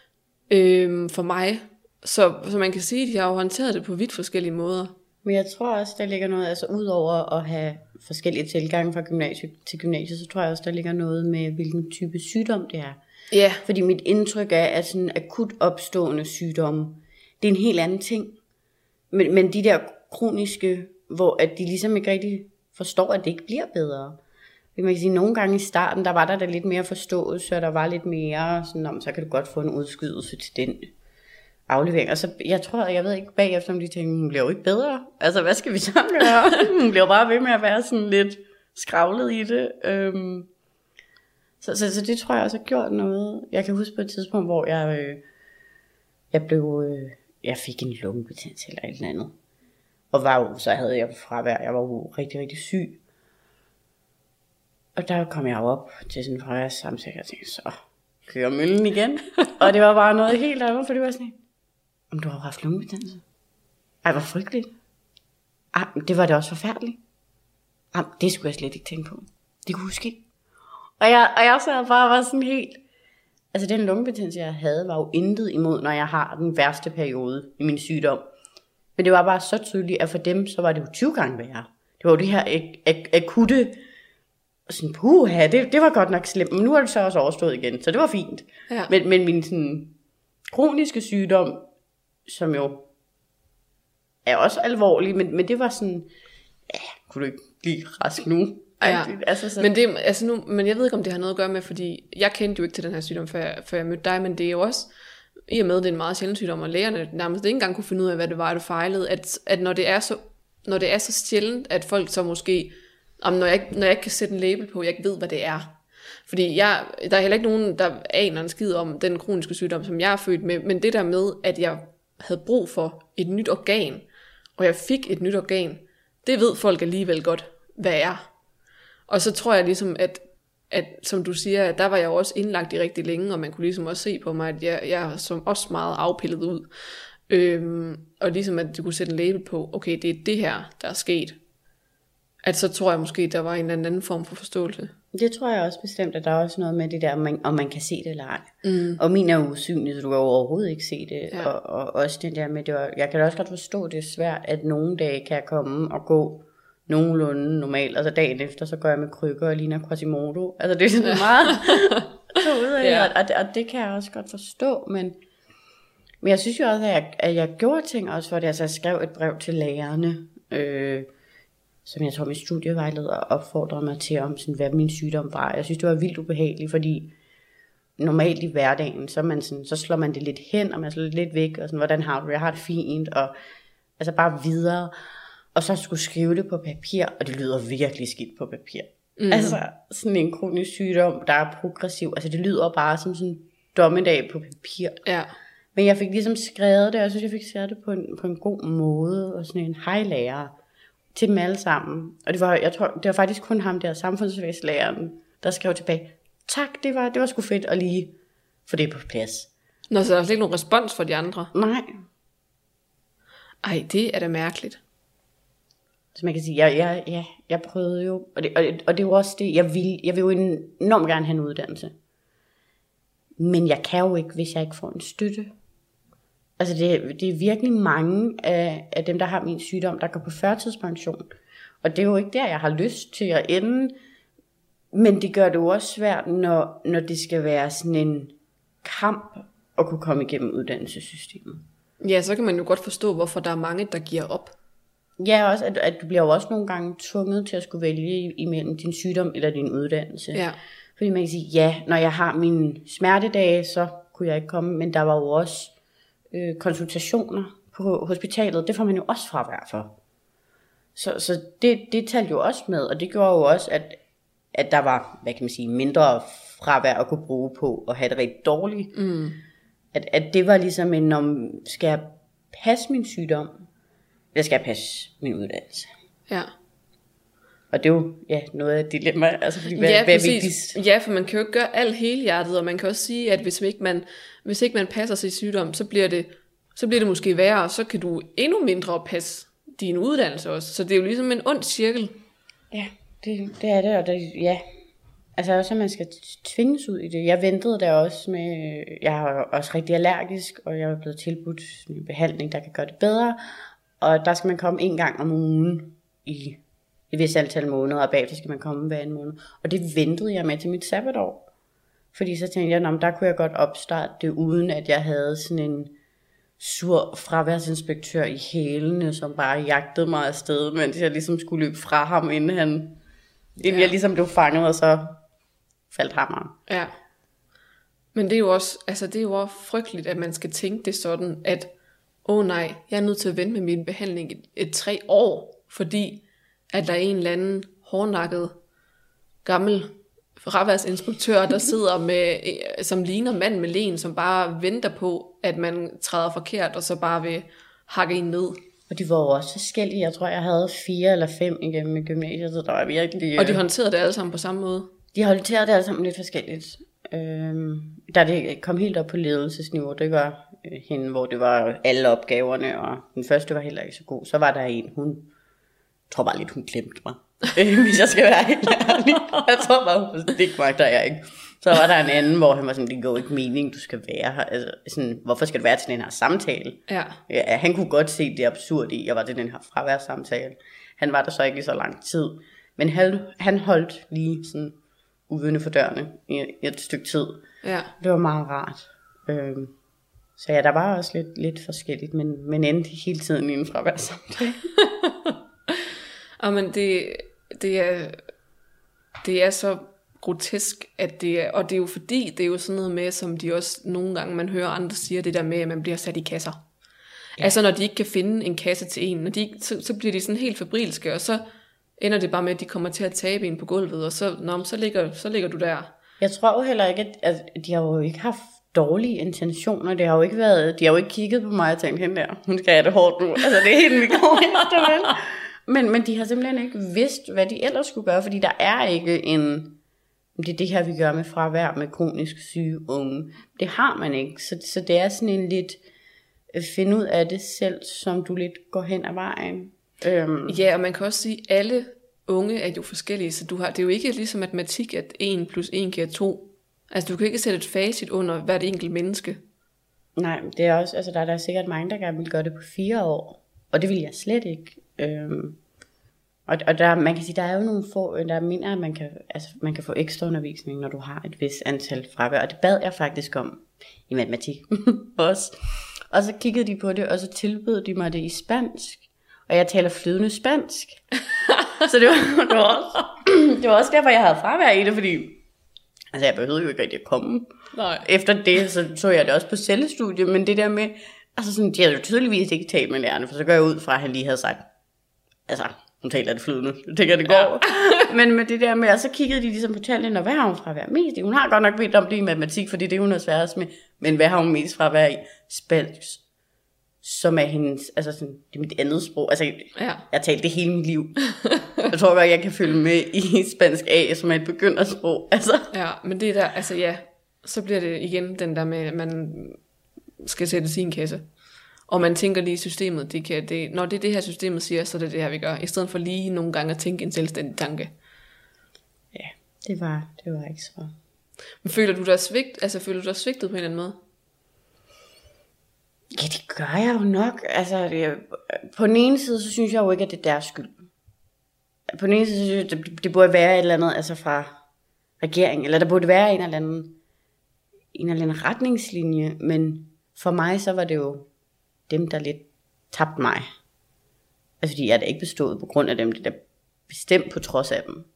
for mig. Så man kan sige, at jeg har håndteret det på vidt forskellige måder. Men jeg tror også, der ligger noget, altså udover at have forskellige tilgange fra gymnasie til gymnasie, så tror jeg også, der ligger noget med, hvilken type sygdom det er. Ja. Fordi mit indtryk er, at sådan akut opstående sygdomme, det er en helt anden ting. Men de der kroniske, hvor at de ligesom ikke rigtig forstår, at det ikke bliver bedre. Man kan sige, nogle gange i starten, der var der lidt mere forståelse, og der var lidt mere sådan, så kan du godt få en udskydelse til den aflevering. Og så, jeg ved ikke bagefter, om de tænker, hun bliver jo ikke bedre. Altså, hvad skal vi så gøre? Hun bliver bare ved med at være sådan lidt skravlet i det. Så det tror jeg også har gjort noget. Jeg kan huske på et tidspunkt, hvor jeg fik en lungebetændelse eller et eller andet. Og så havde jeg fravær. Jeg var jo rigtig, rigtig syg. Og der kom jeg op til sådan en fravær samtale, og tænkte, så kører møllen igen. Og det var bare noget helt andet, for det var sådan, om du har haft lungebetændelse? Ej, hvor frygteligt. Ej, det var det også forfærdeligt. Ej, det skulle jeg slet ikke tænke på. Det kunne ske. Og jeg så bare var sådan helt, altså den lungebetændelse jeg havde, var jo intet imod, når jeg har den værste periode i min sygdom. Men det var bare så tydeligt, at for dem, så var det jo 20 gange værre. Det var jo det her akutte, sådan, det var godt nok slemt, men nu er det så også overstået igen, så det var fint. Ja. Men min sådan kroniske sygdom, som jo er også alvorlig, men det var sådan, kunne du ikke blive rask nu? Ja. Altså, men jeg ved ikke, om det har noget at gøre med, fordi jeg kendte jo ikke til den her sygdom, før jeg mødte dig, men det er jo også, i og med, det er en meget sjælden sygdom, og lægerne nærmest ikke engang kunne finde ud af, hvad det var, du fejlede, at når det er så sjældent, at folk så måske, når jeg ikke kan sætte en label på, jeg ikke ved, hvad det er, Fordi der er heller ikke nogen, der aner en skid om den kroniske sygdom, som jeg er født med, men det der med, at jeg havde brug for et nyt organ, og jeg fik et nyt organ, det ved folk alligevel godt, hvad er. Og så tror jeg ligesom, at som du siger, der var jeg også indlagt i rigtig længe, og man kunne ligesom også se på mig, at jeg er som også meget afpillet ud. Og ligesom at du kunne sætte en label på, okay, det er det her, der er sket. At så tror jeg måske, der var en eller anden form for forståelse. Det tror jeg også bestemt, at der er også noget med det der, om man kan se det eller ej. Og min er usynlig, så du kan overhovedet ikke se det. Ja. Og også det der med, jeg kan også godt forstå, at det er svært, at nogle dage kan jeg komme og gå nogenlunde normalt. Altså dagen efter, så går jeg med krykker og ligner Quasimodo. Altså det er sådan meget så ud af, ja. Og det kan jeg også godt forstå, men jeg synes jo også, at jeg gjorde ting også for det. Altså jeg skrev et brev til lærerne, som jeg tror min studievejleder opfordrede mig til, om sådan, hvad min sygdom var. Jeg synes, det var vildt ubehageligt, fordi normalt i hverdagen, så slår man det lidt hen, og man slår det lidt væk, og sådan, hvordan har du det? Jeg har det fint, og altså bare videre. Og så skulle skrive det på papir, og det lyder virkelig skidt på papir. Altså sådan en kronisk sygdom, der er progressiv. Altså det lyder bare som sådan en dommedag på papir. Ja. Men jeg fik ligesom skrevet det, og jeg synes, jeg fik skrevet det på en god måde, og sådan en hej lærer til dem alle sammen. Og det var faktisk kun ham der, samfundsfagslæreren, der skrev tilbage, tak, det var sgu fedt at lige få det på plads. Nå, så der er slet ikke nogen respons fra de andre? Nej. Ej, det er da mærkeligt. Så man kan sige, jeg prøvede jo, og det er jo også det, jeg vil jo enormt gerne have en uddannelse. Men jeg kan jo ikke, hvis jeg ikke får en støtte. Altså det er virkelig mange af dem, der har min sygdom, der går på førtidspension. Og det er jo ikke der, jeg har lyst til at ende. Men det gør det jo også svært, når det skal være sådan en kamp at kunne komme igennem uddannelsessystemet. Ja, så kan man jo godt forstå, hvorfor der er mange, der giver op. Ja, også at du bliver jo også nogle gange tvunget til at skulle vælge imellem din sygdom eller din uddannelse. Ja. Fordi man kan sige, ja, når jeg har mine smertedage, så kunne jeg ikke komme. Men der var jo også konsultationer på hospitalet. Det får man jo også fravær for. Så det talte jo også med, og det gjorde jo også, at der var, hvad kan man sige, mindre fravær at kunne bruge på at have det rigtig dårligt. At det var ligesom en, skal jeg passe min sygdom, eller skal jeg passe min uddannelse? Ja. Og det er jo noget af et dilemma, altså fordi, hvad er vigtigst? Ja, for man kan jo ikke gøre alt helhjertet, og man kan også sige, at hvis ikke man passer sin sygdom, så bliver det måske værre, og så kan du endnu mindre passe din uddannelse også. Så det er jo ligesom en ond cirkel. Ja, det er det, og det, ja. Altså også, at man skal tvinges ud i det. Jeg ventede der også med, jeg er også rigtig allergisk, og jeg er blevet tilbudt en behandling, der kan gøre det bedre. Og der skal man komme en gang om ugen i et vist antal måneder, og bagefter skal man komme hver anden måned. Og det ventede jeg med til mit sabbatår. Fordi så tænkte jeg, der kunne jeg godt opstarte det, uden at jeg havde sådan en sur fraværsinspektør i hælene, som bare jagtede mig afsted, mens jeg ligesom skulle løbe fra ham, inden jeg ligesom blev fanget, og så faldt hammeren. Ja. Men det er jo også, altså det er jo også frygteligt, at man skal tænke det sådan, at nej, jeg er nødt til at vente med min behandling et 3 år, fordi at der er en eller anden hårdnakket gammel fraværsinspektør, der sidder med, som ligner mand med len, som bare venter på, at man træder forkert, og så bare vil hakke en ned. Og de var jo også forskellige. Jeg tror, jeg havde 4 eller 5 igennem gymnasiet, så der var virkelig... Og de håndterede det alle sammen på samme måde? De håndterede det alle sammen lidt forskelligt. Da det kom helt op på ledelsesniveau, det var hende, hvor det var alle opgaverne, og den første var heller ikke så god. Så var der en, hun tror bare lidt, hun glemte mig. Hvis jeg skal være helt ærlig. Jeg tror bare, det magter jeg ikke. Så var der en anden, hvor han var sådan, det går ikke mening, du skal være her. Altså, sådan, hvorfor skal du være til den her samtale? Ja, han kunne godt se det absurde i, at jeg var til den her fraværssamtale. Han var der så ikke i så lang tid. Men han holdt lige sådan uvidende for dørene i et stykke tid. Ja. Det var meget rart. Så ja, der var også lidt forskelligt, men endte hele tiden i en fraværssamtale. Men det er så grotesk, at det er, og det er jo fordi, det er jo sådan noget med, som de også nogle gange, man hører andre siger, det der med, at man bliver sat i kasser. Ja. Altså når de ikke kan finde en kasse til en, så bliver de sådan helt febrilske, og så ender det bare med, at de kommer til at tabe en på gulvet, og så ligger du der. Jeg tror jo heller ikke, at de har jo ikke haft dårlige intentioner. Det har jo ikke været, de har jo ikke kigget på mig og tænkt, hende der, hun skal have det hårdt nu. Altså det er helt, vi går efter, vel? Men de har simpelthen ikke vidst, hvad de ellers skulle gøre, fordi der er ikke en... Det er det her, vi gør med fravær med kronisk syge unge. Det har man ikke. Så det er sådan en lidt... Finde ud af det selv, som du lidt går hen ad vejen. Ja, og man kan også sige, at alle unge er jo forskellige, så det er jo ikke ligesom matematik, at 1 + 1 giver 2. Altså, du kan ikke sætte et facit under hvert enkelt menneske. Nej, det er også, altså der er sikkert mange, der gerne vil gøre det på 4 år, og det vil jeg slet ikke. Og der, man kan sige, der er jo nogle få, der mener, at man kan få ekstra undervisning, når du har et vist antal fravær, og det bad jeg faktisk om i matematik også. Og så kiggede de på det, og så tilbød de mig det i spansk, og jeg taler flydende spansk. Så det var også derfor, jeg havde fravær i det, fordi altså jeg behøvede jo ikke rigtig at komme. Nej. Efter det, så jeg det også på cellestudie, men det der med, altså sådan, de havde jo tydeligvis ikke talt med lærerne, for så går jeg ud fra, at han lige havde sagt, altså, hun taler det flydende, jeg tænker, det går. Ja. Men med det der med, og så kiggede de ligesom på tallene, og hvad har hun fravær mest i? Hun har godt nok bedt om det i matematik, fordi det hun er sværest med, men hvad har hun mest fravær i? Spansk, som er hendes, altså sådan, det er mit andet sprog. Altså, jeg har talt det hele mit liv. Jeg tror godt, jeg kan følge med i spansk A, som er et begyndersprog. Altså. Ja, men det der, altså ja, så bliver det igen den der med, at man skal sætte sin kasse. Og man tænker lige i systemet, når det er det her systemet siger, så er det det her, vi gør. I stedet for lige nogle gange at tænke en selvstændig tanke. Ja, det var ikke så. Men føler du dig svigtet på en eller anden måde? Ja, det gør jeg jo nok. Altså, på den ene side, så synes jeg jo ikke, at det er deres skyld. På den ene side, så synes jeg, det burde være et eller andet, altså fra regeringen, eller der burde være en eller anden retningslinje, men for mig, så var det jo dem, der lidt tabte mig. Altså, fordi jeg er da ikke bestået på grund af dem, det er bestemt på trods af dem.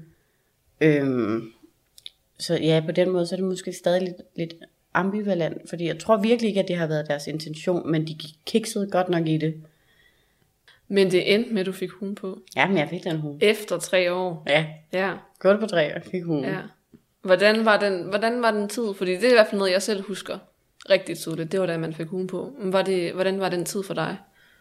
Så ja, på den måde, så er det måske stadig lidt ambivalent, fordi jeg tror virkelig ikke, at det har været deres intention, men de kiksede godt nok i det. Men det endte med, at du fik hue på? Ja, men jeg fik den hue. Efter 3 år? Ja. Godt på 3 år fik hue. Ja. Hvordan var den tid? Fordi det er i hvert fald noget, jeg selv husker rigtig tydeligt. Det var da man fik hue på. Men hvordan var den tid for dig?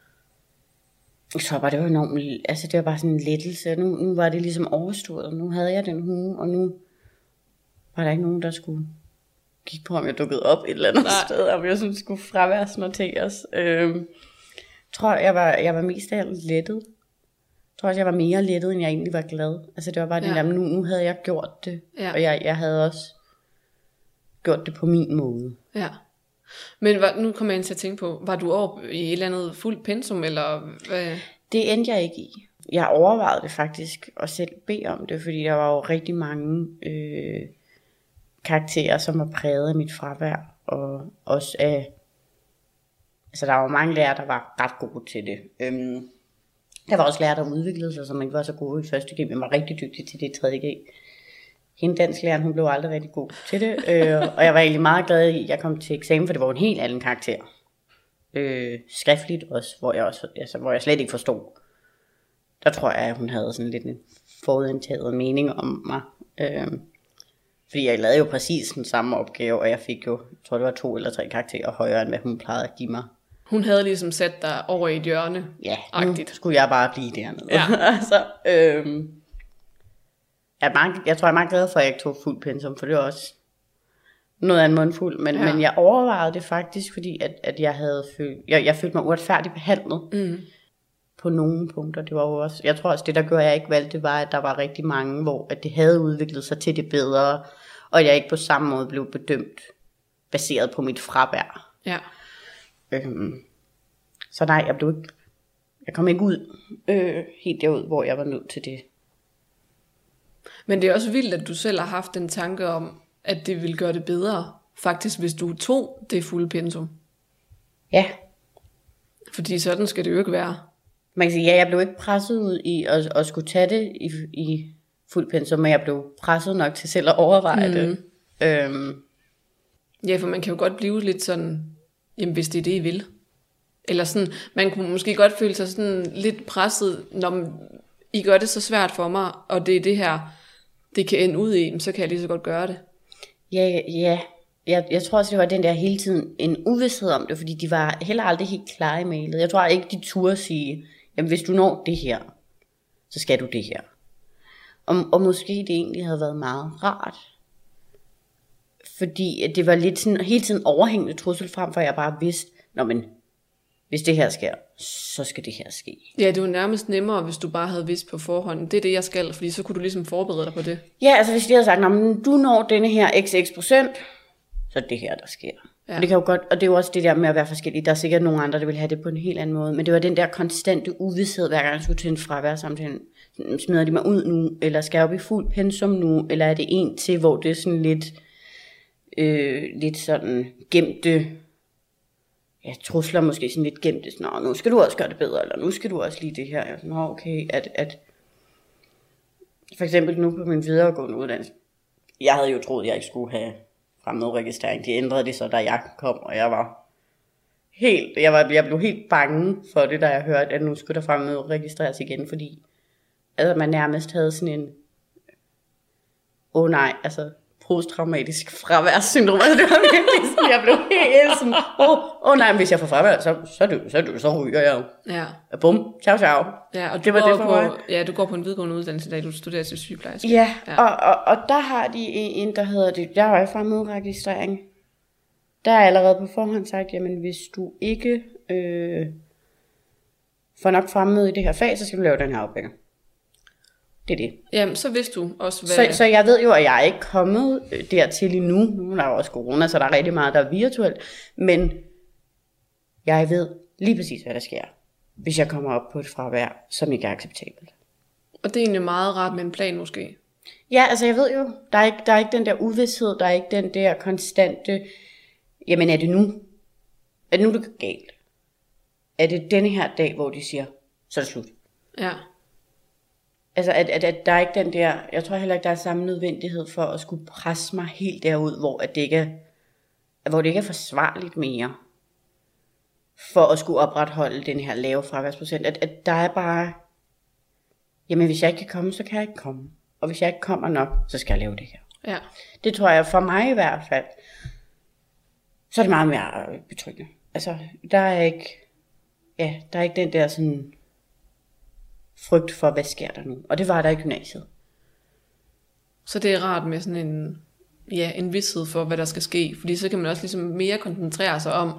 Så var det jo enormt, altså det var bare sådan en lettelse. Nu var det ligesom overstået, nu havde jeg den hue, og nu var der ikke nogen, der skulle kigge på, om jeg dukkede op et eller andet sted, om jeg sådan skulle fraværsnoteres. Tror jeg var mest af alt lettet. Jeg tror også, jeg var mere lettet, end jeg egentlig var glad. Altså det var bare det der, nu havde jeg gjort det, og jeg havde også gjort det på min måde. Ja. Men nu kommer jeg ind til at tænke på, var du over i et eller andet fuldt pensum, eller hvad? Det endte jeg ikke i. Jeg overvejede det faktisk, og selv bede om det, fordi der var jo rigtig mange karakterer, som var præget af mit fravær, og også af, altså der var mange lærere, der var ret gode til det. Der var også lærere, der udviklede sig, som ikke var så gode i første G, men var rigtig dygtige til det i 3. G. Hende dansklæren, hun blev aldrig rigtig god til det, og jeg var egentlig meget glad i, at jeg kom til eksamen, for det var en helt anden karakter. Skriftligt også, hvor jeg slet ikke forstod. Der tror jeg, at hun havde sådan lidt en forudindtaget mening om mig. Fordi jeg lavede jo præcis den samme opgave, og jeg fik jo, jeg tror det var 2 eller 3 karakterer højere, end hvad hun plejede at give mig. Hun havde ligesom sat dig over i et hjørne. Ja, nu skulle jeg bare blive dernede. Ja. Altså, jeg tror, jeg er meget glad for, at jeg ikke tog fuld pensum, for det var også noget af en mundfuld. Men jeg overvejede det faktisk, fordi at jeg følte mig uretfærdigt behandlet på nogle punkter. Det var jo også, jeg tror også, det der gjorde, jeg ikke valgte, var, at der var rigtig mange, hvor at det havde udviklet sig til det bedre, og jeg ikke på samme måde blev bedømt, baseret på mit fravær. Ja. Så nej, jeg kom ikke ud helt derud, hvor jeg var nødt til det. Men det er også vildt, at du selv har haft den tanke om, at det ville gøre det bedre, faktisk hvis du tog det fulde pensum. Ja. Fordi sådan skal det jo ikke være. Man kan sige, jeg blev ikke presset ud i at skulle tage det i fuld pensum, men jeg blev presset nok til selv at overveje det. Ja, for man kan jo godt blive lidt sådan, jamen hvis det er det, I vil. Eller sådan, man kunne måske godt føle sig sådan lidt presset, når I gør det så svært for mig, og det er det her, det kan ende ud i, så kan jeg lige så godt gøre det. Ja. Jeg tror også, det var den der hele tiden en uvished om det, fordi de var heller aldrig helt klare i mailet. Jeg tror ikke, de turde sige, jamen hvis du når det her, så skal du det her. Og måske det egentlig havde været meget rart. Fordi det var lidt sådan hele tiden overhængende trussel frem, for jeg bare vidste, nå men, hvis det her sker, så skal det her ske. Ja, det var nærmest nemmere, hvis du bare havde vidst på forhånd, det er det, jeg skal, fordi så kunne du ligesom forberede dig på det. Ja, altså hvis de havde sagt, nå men du når denne her x%, så er det her, der sker. Ja. Og det kan jo godt, og det er jo også det der med at være forskellige. Der er sikkert nogle andre, der vil have det på en helt anden måde. Men det var den der konstante uvished, hver gang jeg skulle til en fraværsamtale. Smider de mig ud nu, eller skal jeg op i fuld pensum nu, eller er det en til, hvor det er sådan lidt sådan gemte, ja, trusler måske sådan lidt gemte, sådan, nu skal du også gøre det bedre, eller nu skal du også lige det her. Jeg sådan, okay, at for eksempel nu på min videregående uddannelse, jeg havde jo troet, at jeg ikke skulle have fremmedregistrering. De ændrede det så, da jeg kom, og jeg blev helt bange for det, da jeg hørte, at nu skulle der fremmedregistreres igen, fordi altså, man nærmest havde sådan en posttraumatisk fraværssyndrom. Altså, det var virkelig sådan, jeg blev helt sådan, nej, hvis jeg får fravær, så ryger jeg jo. Ja. Bum, ciao. Ja, og det var det for mig. Ja, du går på en videregående uddannelse, da du studerer til sygeplejerske. Ja. Og der har de en, der hedder det, der har jeg fremmedregistrering. Der er allerede på forhånd sagt, jamen hvis du ikke får nok fremmøde i det her fag, så skal du lave den her opgave. Det er det. Jamen, så vidste du også, hvad... Så jeg ved jo, at jeg er ikke kommet dertil endnu. Nu er der jo også corona, så der er rigtig meget, der er virtuelt. Men jeg ved lige præcis, hvad der sker, hvis jeg kommer op på et fravær, som ikke er acceptabelt. Og det er egentlig meget rart med en plan måske. Ja, altså jeg ved jo, der er ikke den der uvished, der er ikke den der konstante, jamen er det nu? Er det nu, det går galt? Er det denne her dag, hvor de siger, så er det slut? Ja. Altså, at der er ikke den der, jeg tror heller ikke, der er samme nødvendighed for at skulle presse mig helt derud, hvor det ikke er forsvarligt mere, for at skulle opretholde den her lave fraværsprocent. At der er bare, jamen hvis jeg ikke kan komme, så kan jeg ikke komme. Og hvis jeg ikke kommer nok, så skal jeg lave det her. Ja. Det tror jeg, for mig i hvert fald, så er det meget mere betryggende. Altså, der er ikke den der sådan frygt for, hvad sker der nu? Og det var der i gymnasiet. Så det er rart med sådan en vished for, hvad der skal ske. Fordi så kan man også ligesom mere koncentrere sig om,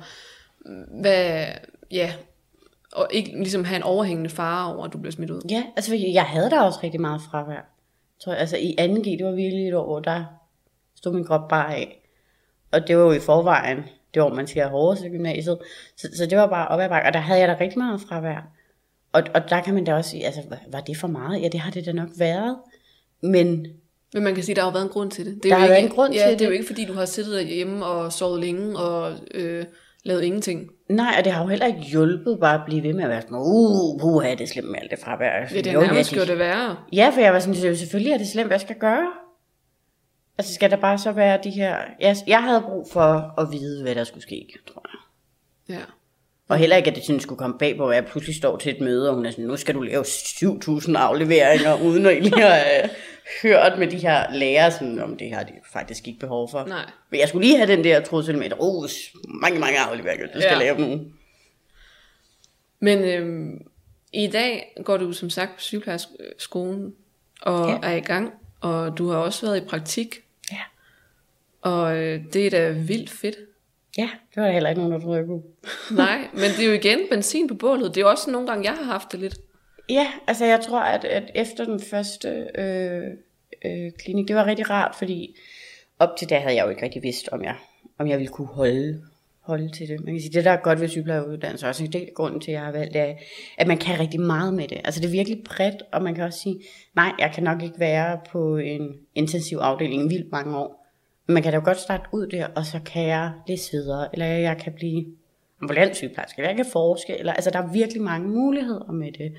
og ikke ligesom have en overhængende fare over, at du bliver smidt ud. Ja, altså jeg havde der også rigtig meget fravær. Tror jeg, altså i 2G, det var virkelig et år, hvor der stod min krop bare af. Og det var jo i forvejen, det år man siger hårdest i gymnasiet. Så det var bare op ad bakke, og der havde jeg da rigtig meget fravær. Og der kan man da også sige, altså var det for meget? Ja, det har det da nok været. Men man kan sige, der har jo været en grund til det. Der har været en grund til det. Det er jo ikke fordi, du har siddet derhjemme og sovet længe og lavet ingenting. Nej, og det har jo heller ikke hjulpet bare at blive ved med at være sådan, det er slemt med alt det fravær. Ja, det er nærmest gjort det værre. Ja, for jeg var sådan, selvfølgelig er det slemt, hvad skal jeg gøre? Altså skal der bare så være de her, jeg havde brug for at vide, hvad der skulle ske, tror jeg. Ja. Og heller ikke, at det sådan skulle komme bag på, at jeg pludselig står til et møde, og hun er sådan, nu skal du lave 7.000 afleveringer, uden at egentlig have hørt med de her lærere, sådan, om det har de faktisk ikke behov for. Nej. Men jeg skulle lige have den der trussel med, mange afleveringer, du skal lave nu. Men i dag går du som sagt på sygeplejeskolen, og er i gang, og du har også været i praktik. Ja. Og det er da vildt fedt. Ja, det var der heller ikke nogen, der troede, jeg kunne. Nej, men det er jo igen benzin på bålet. Det er jo også nogle gange, jeg har haft det lidt. Ja, altså jeg tror, at efter den første klinik, det var rigtig rart, fordi op til da havde jeg jo ikke rigtig vidst, om jeg ville kunne holde til det. Man kan sige, det der er godt ved sygeplejereuddannelse, også en del af grunden til, at jeg har valgt, er, at man kan rigtig meget med det. Altså det er virkelig bredt, og man kan også sige, nej, jeg kan nok ikke være på en intensiv afdeling i vildt mange år. Men man kan da jo godt starte ud der, og så kan jeg læse videre, eller jeg kan blive ambulant sygeplejerske, eller jeg kan forske, eller altså der er virkelig mange muligheder med det.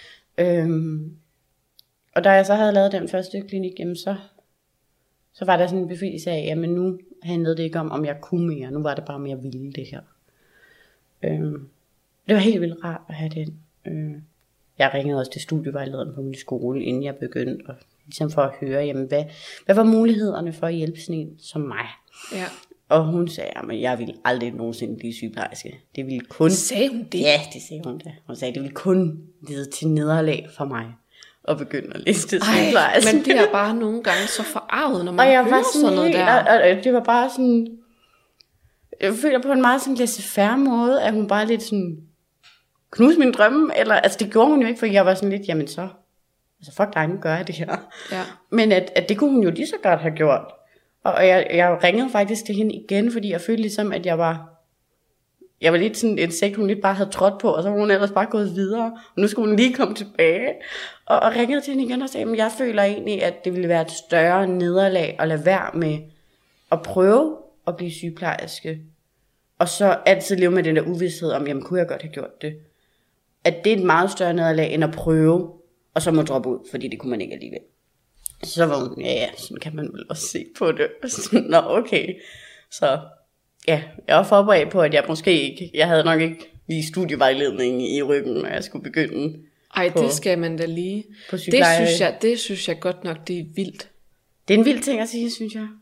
Og da jeg så havde lavet den første klinik, jamen så var der sådan en befrielse af, jamen nu handlede det ikke om jeg kunne mere, nu var det bare, om jeg ville det her. Det var helt vildt rart at have den. Jeg ringede også til studievejlederen på min skole, inden jeg begyndte, og Ligesom for at høre, jamen, hvad var mulighederne for at hjælpe sådan en som mig? Ja. Og hun sagde, at jeg ville aldrig nogensinde blive sygeplejerske. Det ville kun... Sagde hun det? Ja, det sagde hun da. Hun sagde, det ville kun lede til nederlag for mig at begynde at læse til sygeplejerske. Men det er bare nogle gange så forarvet, når man og jeg hører var sådan noget der. Og det var bare sådan... Jeg føler på en meget sådan laissez-faire måde, at hun bare lidt sådan... knuse min drømme, eller... Altså, det gjorde hun jo ikke, for jeg var sådan lidt, jamen så... Altså, fuck dig, nu gør jeg det her. Ja. Men at det kunne hun jo lige så godt have gjort. Og jeg ringede faktisk til hende igen, fordi jeg følte ligesom, at jeg var lidt sådan et insekt, hun lidt bare havde trådt på, og så var hun ellers bare gået videre. Og nu skulle hun lige komme tilbage. Og ringede til hende igen og sagde, at jeg føler egentlig, at det ville være et større nederlag at lade være med at prøve at blive sygeplejerske. Og så altid leve med den der uvished om, jamen kunne jeg godt have gjort det. At det er et meget større nederlag end at prøve, og så må droppe ud, fordi det kunne man ikke alligevel. Så var hun, ja, sådan kan man vel også se på det. Nå, okay. Så ja, jeg var forberedt på, at jeg havde nok ikke lige studievejledning i ryggen, når jeg skulle begynde. Ej, det skal man da lige. Det synes jeg godt nok, det er vildt. Det er en vild ting at sige, synes jeg.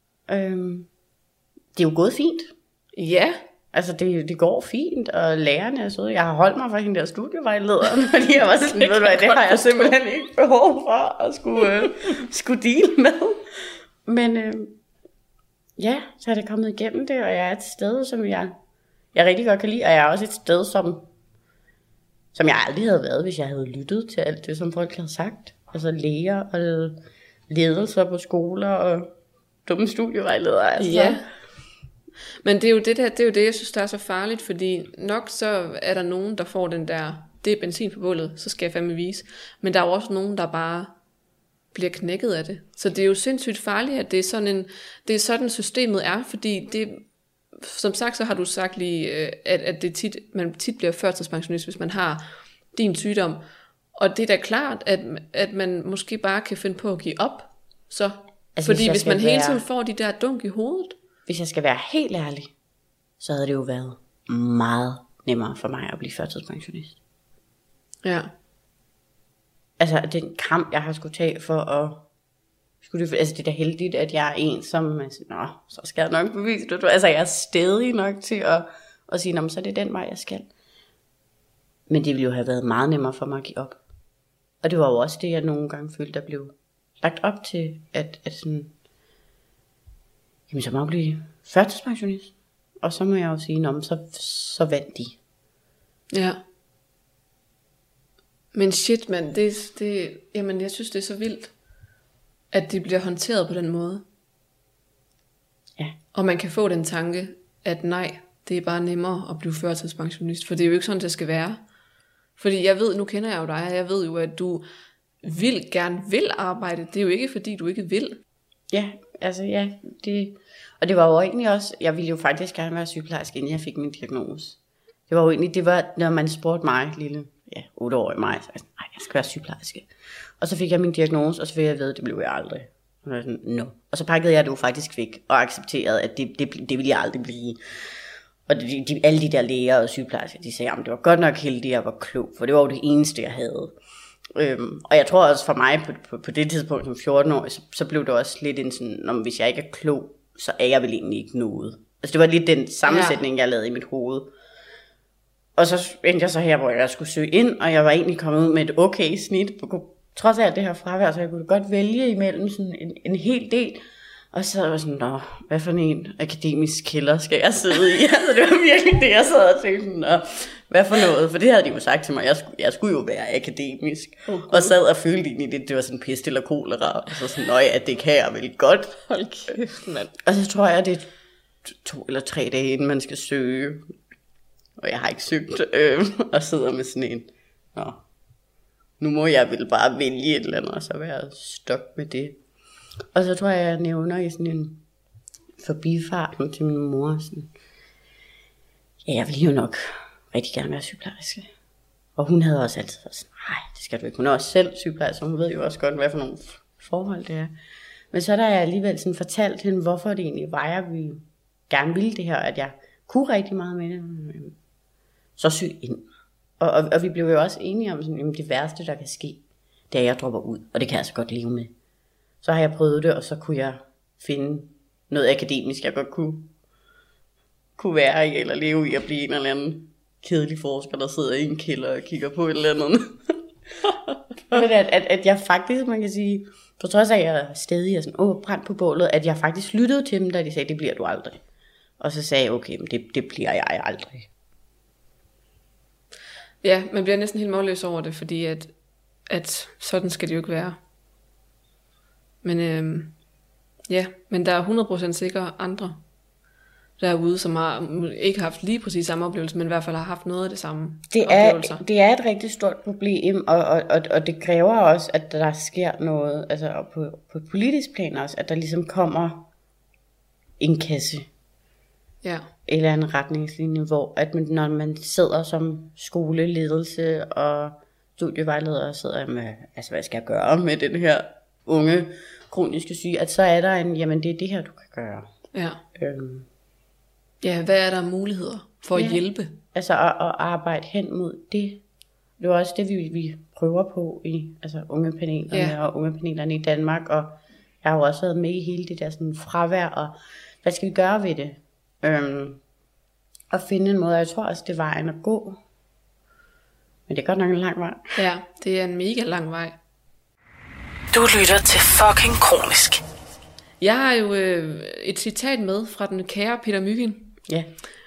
Det er jo gået fint. Ja. Altså, det går fint, og lærerne er søde. Jeg har holdt mig fra hende der studievejlederen, fordi jeg var sådan, ved du hvad, det har jeg simpelthen ikke behov for at skulle deal med. Men ja, så er det kommet igennem det, og jeg er et sted, som jeg rigtig godt kan lide, og jeg er også et sted, som jeg aldrig havde været, hvis jeg havde lyttet til alt det, som folk havde sagt. Altså læger og ledelser på skoler og dumme studievejledere. Altså. Ja. Men det er jo det, jeg synes, der er så farligt, fordi nok så er der nogen, der får den der, det er benzin på bålet, så skal jeg fandme vise. Men der er jo også nogen, der bare bliver knækket af det. Så det er jo sindssygt farligt, at det er sådan systemet er, fordi det, som sagt, så har du sagt lige, at man tit bliver førtidspensionist, hvis man har din sygdom. Og det er da klart, at man måske bare kan finde på at give op. Så. Altså, fordi hvis man hele tiden får de der dunk i hovedet. Hvis jeg skal være helt ærlig, så havde det jo været meget nemmere for mig at blive førtidspensionist. Ja. Altså den kamp, jeg har skulle tage for at... Altså det er da heldigt, at jeg er en, som... så skal jeg nok bevise det. Altså jeg er stædig nok til at sige, så er det den vej, jeg skal. Men det ville jo have været meget nemmere for mig at give op. Og det var jo også det, jeg nogle gange følte, der blev lagt op til, at sådan... Jamen så må jeg blive førtidspensionist. Og så må jeg jo sige, så vandt de. Ja. Men shit, man, jamen jeg synes, det er så vildt, at det bliver håndteret på den måde. Ja. Og man kan få den tanke, at nej, det er bare nemmere at blive førtidspensionist. For det er jo ikke sådan, det skal være. Fordi jeg ved, nu kender jeg jo dig, og jeg ved jo, at du gerne vil arbejde. Det er jo ikke, fordi du ikke vil. Ja, altså ja, og det var jo egentlig også, jeg ville jo faktisk gerne være sygeplejerske, inden jeg fik min diagnose. Det var jo egentlig, når man spurgte mig, lille, 8-årig mig, så jeg sådan, nej, jeg skal være sygeplejerske. Og så fik jeg min diagnose, og så fik jeg at vide, at det blev jeg aldrig. Og, sådan, no. Og så pakkede jeg det jo faktisk væk, og accepterede, at det ville jeg aldrig blive. Og alle de der læger og sygeplejersker, de sagde, at det var godt nok heldigt, at jeg var klog, for det var jo det eneste, jeg havde. Og jeg tror også for mig på det tidspunkt som 14-årig, så blev det også lidt en sådan, hvis jeg ikke er klog, så er jeg vel egentlig ikke noget. Altså det var lidt den sammensætning, jeg lavede i mit hoved. Og så endte jeg så her, hvor jeg skulle søge ind, og jeg var egentlig kommet ud med et okay snit, trods af alt det her fravær, så jeg kunne godt vælge imellem sådan en hel del. Og så var jeg sådan, hvad for en akademisk kælder skal jeg sidde i? Altså det var virkelig det, jeg sad og tænkte sådan, hvad for noget? For det havde de jo sagt til mig, jeg skulle jo være akademisk. Og sad og følte egentlig, det var sådan pest eller kolera. Og så sådan, at det kan jeg vel godt. Hold kæft, mand. Og så tror jeg, det er 2 eller 3 dage, inden man skal søge. Og jeg har ikke søgt, og sidder med sådan en, nu må jeg vel bare vælge et eller andet, og så være stok med det. Og så tror jeg nævner i sådan en forbifarten til min mor, sådan, jeg vil jo nok rigtig gerne være sygeplejerske. Og hun havde også altid været sådan, nej, det skal du ikke. Hun er også selv sygeplejerske, hun ved jo også godt, hvad for nogle forhold det er. Men så da jeg alligevel sådan fortalt hende, hvorfor det egentlig var, jeg ville gerne ville det her, at jeg kunne rigtig meget med det, så syg ind. Og vi blev jo også enige om, sådan, det værste, der kan ske, det er, at jeg dropper ud, og det kan jeg altså godt leve med. Så har jeg prøvet det, og så kunne jeg finde noget akademisk, jeg godt kunne være i, eller leve i at blive en eller anden kedelig forsker, der sidder i en kælder og kigger på et eller andet. Men at jeg faktisk, man kan sige, på trods af, at jeg stadig er sådan, brændt på bålet, at jeg faktisk lyttede til dem, da de sagde, det bliver du aldrig. Og så sagde jeg, okay, men det bliver jeg aldrig. Ja, man bliver næsten helt målløs over det, fordi at sådan skal det jo ikke være. Men men der er 100% sikkert andre derude, som har ikke haft lige præcis samme oplevelse, men i hvert fald har haft noget af det samme oplevelser. Det er et rigtig stort problem, og det kræver også, at der sker noget, altså på et politisk plan også, at der ligesom kommer en kasse. Ja. Eller en retningslinje, hvor at når man sidder som skoleledelse og studievejleder og sidder med, altså hvad skal jeg gøre med den her unge kroniske syge, at så er der jamen det er det her, du kan gøre. Ja. Ja, hvad er der muligheder for at hjælpe? Altså at arbejde hen mod det. Det er også det, vi prøver på i ungepanelerne og ungepanelerne i Danmark, og jeg har jo også været med i hele det der sådan fravær, og hvad skal vi gøre ved det? Og finde en måde, jeg tror også, det er vejen at gå. Men det er godt nok en lang vej. Ja, det er en mega lang vej. Du lytter til fucking kronisk. Jeg har jo et citat med fra den kære Peter Mygind. Ja.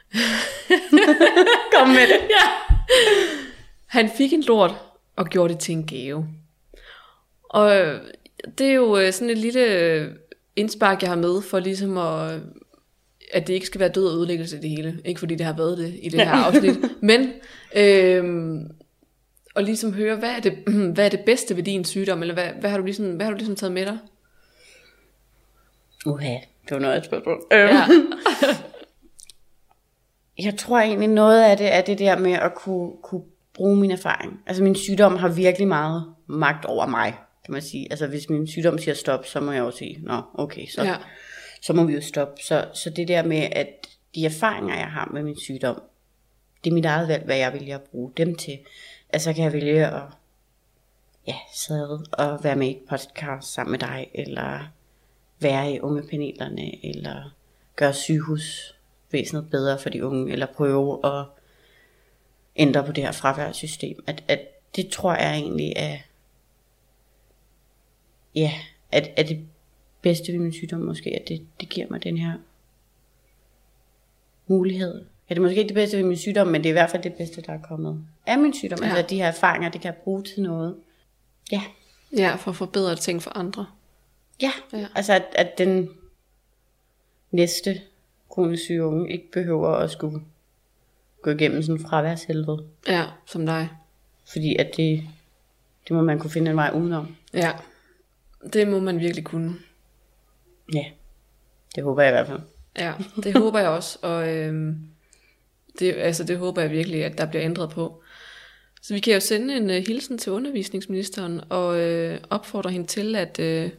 Kom med det. Ja. Han fik en lort og gjorde det til en gave. Og det er jo sådan et lille indspark, jeg har med for ligesom at det ikke skal være død og ødelæggelse det hele. Ikke fordi det har været det i det her afsnit. Men og ligesom høre, hvad er det bedste ved din sygdom? Eller hvad har du ligesom taget med dig? Det var noget af et spørgsmål. Ja. Jeg tror egentlig noget af det er det der med at kunne bruge min erfaring. Altså min sygdom har virkelig meget magt over mig, kan man sige. Altså hvis min sygdom siger stop, så må jeg jo sige, okay, så må vi jo stoppe. Så det der med, at de erfaringer, jeg har med min sygdom, det er mit eget valg, hvad jeg vælger at bruge dem til. Altså kan jeg vælge at sidde og være med i et podcast sammen med dig, eller være i ungepanelerne, eller gøre sygehusvæsenet bedre for de unge, eller prøve at ændre på det her fraværssystem. At det tror jeg egentlig er det bedste ved min sygdom måske, at det giver mig den her mulighed. Ja, det er måske ikke det bedste ved min sygdom, men det er i hvert fald det bedste, der er kommet af min sygdom. Ja. Altså de her erfaringer, det kan jeg bruge til noget. Ja. Ja, for at forbedre ting for andre. Ja. Altså at den næste kronisk syge unge ikke behøver at skulle gå igennem sådan en fraværshelvede. Ja, som dig. Fordi at det må man kunne finde en vej udenom. Ja, det må man virkelig kunne. Ja, det håber jeg i hvert fald. Ja, det håber jeg også, og det håber jeg virkelig, at der bliver ændret på. Så vi kan jo sende en hilsen til undervisningsministeren og opfordre hende til at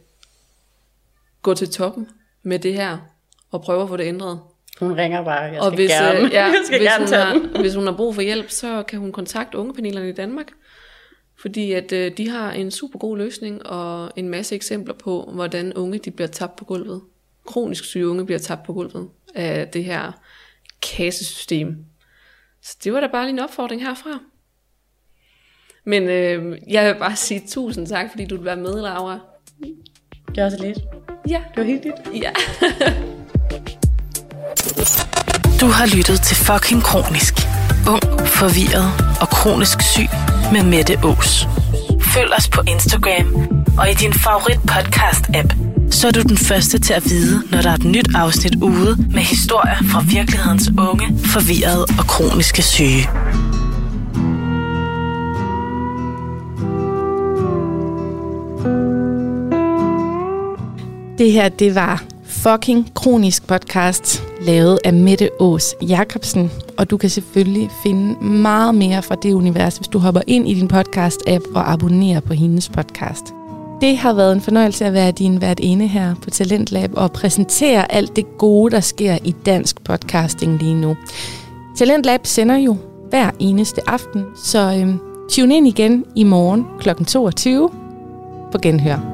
gå til toppen med det her og prøve at få det ændret. Hun ringer bare, jeg skal gerne. Hvis hun har brug for hjælp, så kan hun kontakte ungepanelerne i Danmark. Fordi at de har en super god løsning og en masse eksempler på, hvordan unge de bliver tabt på gulvet. Kronisk syge unge bliver tabt på gulvet af det her kassesystem. Så det var da bare lige en opfordring herfra. Men jeg vil bare sige tusind tak, fordi du vil være med, Laura. Det er også lidt. Ja. Det var hyggeligt. Ja. Du har lyttet til fucking kronisk. Ung, forvirret og kronisk syg med Mette Aas. Følg os på Instagram og i din favorit podcast-app, så er du den første til at vide, når der er et nyt afsnit ude med historier fra virkelighedens unge, forvirrede og kroniske syge. Det her, det var fucking kronisk podcast, lavet af Mette Aas Jacobsen. Og du kan selvfølgelig finde meget mere fra det univers, hvis du hopper ind i din podcast-app og abonnerer på hendes podcast. Det har været en fornøjelse at være din værtinde her på Talentlab og præsentere alt det gode, der sker i dansk podcasting lige nu. Talentlab sender jo hver eneste aften, så tune ind igen i morgen kl. 22. På genhør.